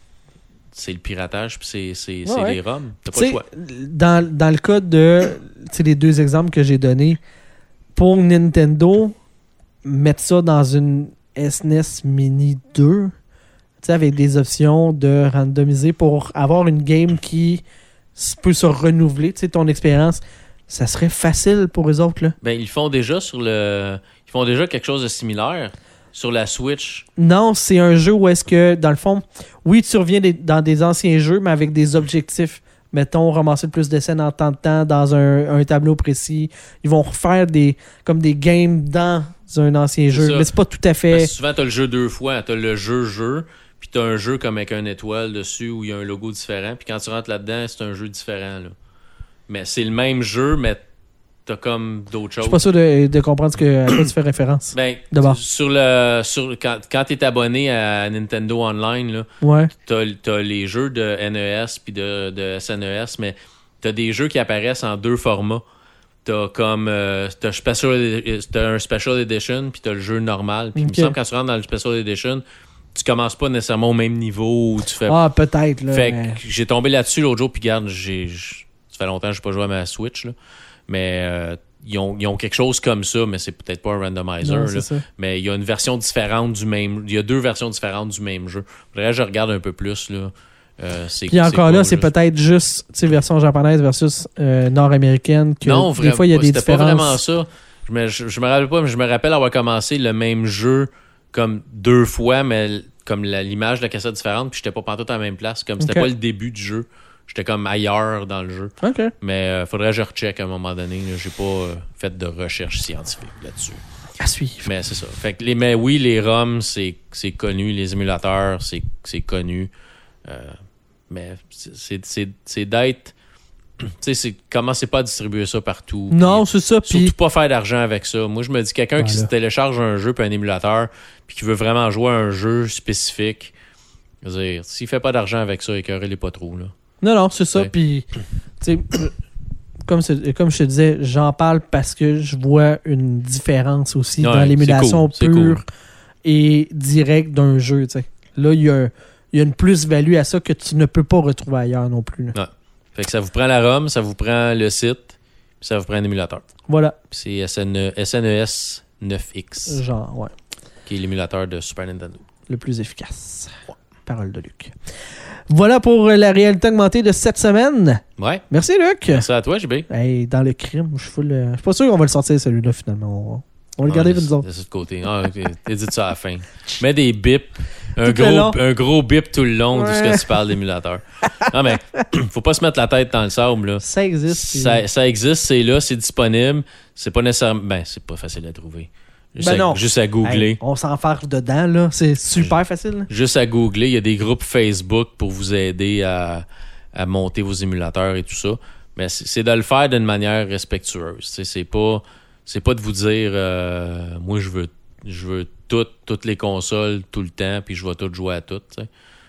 c'est le piratage puis c'est, c'est, Ouais, c'est ouais. les ROM. T'as pas T'sais, le choix. Dans, dans le cas de les deux exemples que j'ai donnés, pour Nintendo, mettre ça dans une S N E S Mini deux, avec des options de randomiser pour avoir une game qui peut se renouveler, ton expérience, ça serait facile pour eux autres. Là. Ben, ils font déjà sur le. Ils font déjà quelque chose de similaire sur la Switch. Non, c'est un jeu où est-ce que, dans le fond, oui, tu reviens des, dans des anciens jeux, mais avec des objectifs. Mettons, ramasser le plus de scènes en temps de temps dans un, un tableau précis. Ils vont refaire des comme des games dans un ancien C'est jeu. ça. Mais c'est pas tout à fait... Parce que souvent, t'as le jeu deux fois. T'as le jeu-jeu, puis t'as un jeu comme avec une étoile dessus où il y a un logo différent. Puis quand tu rentres là-dedans, c'est un jeu différent. Là. Mais c'est le même jeu, mais t'as comme d'autres Je choses. suis pas sûr de, de comprendre ce que, à quoi tu fais référence. Ben, D'abord. sur le, sur, quand, quand t'es abonné à Nintendo Online, là, Ouais. t'as, t'as les jeux de N E S puis de, de S N E S, mais t'as des jeux qui apparaissent en deux formats. T'as comme euh, t'as, special, t'as un Special Edition puis t'as le jeu normal. Puis Okay. il me semble que quand tu rentres dans le Special Edition, tu commences pas nécessairement au même niveau où tu fais. Ah, peut-être. Là, fait mais... que j'ai tombé là-dessus l'autre jour puis regarde, j'ai, j'ai ça fait longtemps que j'ai pas joué à ma Switch là, mais euh, ils ont, ils ont quelque chose comme ça, mais c'est peut-être pas un randomizer. Non, là. c'est ça. Mais il y a une version différente du même. Il y a deux versions différentes du même jeu. Faudrait que je regarde un peu plus là. Euh, c'est, Puis encore c'est là, cool, c'est juste. peut-être juste tu sais, version japonaise versus euh, nord-américaine. Que Non, des vraiment. fois, il y a des c'était différences. pas vraiment ça. Je me, je, je me rappelle pas, mais je me rappelle avoir commencé le même jeu comme deux fois, mais comme la, l'image de la cassette différente, puis j'étais pas pantoute à la même place. Comme c'était Ok. pas le début du jeu. J'étais comme ailleurs dans le jeu. OK. Mais euh, faudrait que je recheck à un moment donné. Là. J'ai pas euh, fait de recherche scientifique là-dessus. À suivre. Mais c'est ça. Fait que les, mais oui, les ROM, c'est, c'est connu. Les émulateurs, c'est, c'est connu. Euh, mais c'est, c'est, c'est, c'est d'être... Tu sais, c'est, commencez pas à distribuer ça partout. Non, Puis c'est ça. Puis surtout pas faire d'argent avec ça. Moi, je me dis, quelqu'un qui Voilà. se télécharge un jeu puis un émulateur puis qui veut vraiment jouer à un jeu spécifique, je veux dire, s'il fait pas d'argent avec ça, écœurez-les pas trop, là. non, non, c'est ça. Ouais. Puis, tu sais, comme, c'est- comme je te disais, j'en parle parce que je vois une différence aussi Ouais, dans l'émulation c'est cool, c'est pure et directe d'un jeu. Tu sais. Là, il y a, il y a une plus-value à ça que tu ne peux pas retrouver ailleurs non plus. là. Fait que ça vous prend la ROM, ça vous prend le site, puis ça vous prend un émulateur. Voilà, Puis c'est S N E S neuf X, genre, ouais, qui est l'émulateur de Super Nintendo. le plus efficace. Parole de Luc. Voilà pour la réalité augmentée de cette semaine. Ouais. Merci, Luc. Merci à toi, J B. Hey, dans le crime, je suis full, euh, je suis pas sûr qu'on va le sortir celui-là finalement. On va le garder Ah, pour nous autres. laisse- laisse de côté. Ah, ok. T'as dit ça à la fin. Mets des bips. Un Tout le long. gros, un gros bip tout le long de ce Ouais. que tu parles d'émulateur. Non, mais faut pas se mettre la tête dans le sable, là. Ça existe. puis- Ça, ça existe, c'est là, c'est disponible. C'est pas nécessairement. Ben, c'est pas facile à trouver. Juste, Ben à, non. juste à googler. Hey, on s'enfarge dedans, là. C'est super facile. là. Juste à googler. Il y a des groupes Facebook pour vous aider à, à monter vos émulateurs et tout ça. Mais c'est, c'est de le faire d'une manière respectueuse. Tu sais, c'est pas, c'est pas de vous dire, euh, moi, je veux, je veux toutes, toutes les consoles tout le temps, puis je vais tout jouer à toutes. Tu sais.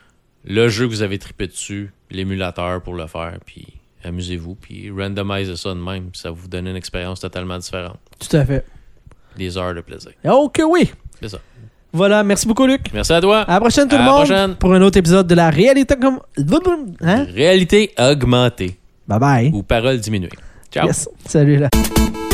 Le jeu que vous avez trippé dessus, l'émulateur pour le faire, puis amusez-vous, puis randomisez ça de même, puis ça va vous donner une expérience totalement différente. Tout à fait. Des heures de plaisir. Oh que oui! C'est ça. Voilà, merci beaucoup, Luc. Merci à toi. À la prochaine, tout À le la monde, prochaine. pour un autre épisode de la réalité comme... Hein? Réalité augmentée Bye bye. ou parole diminuée. Ciao. Yes. Salut, là.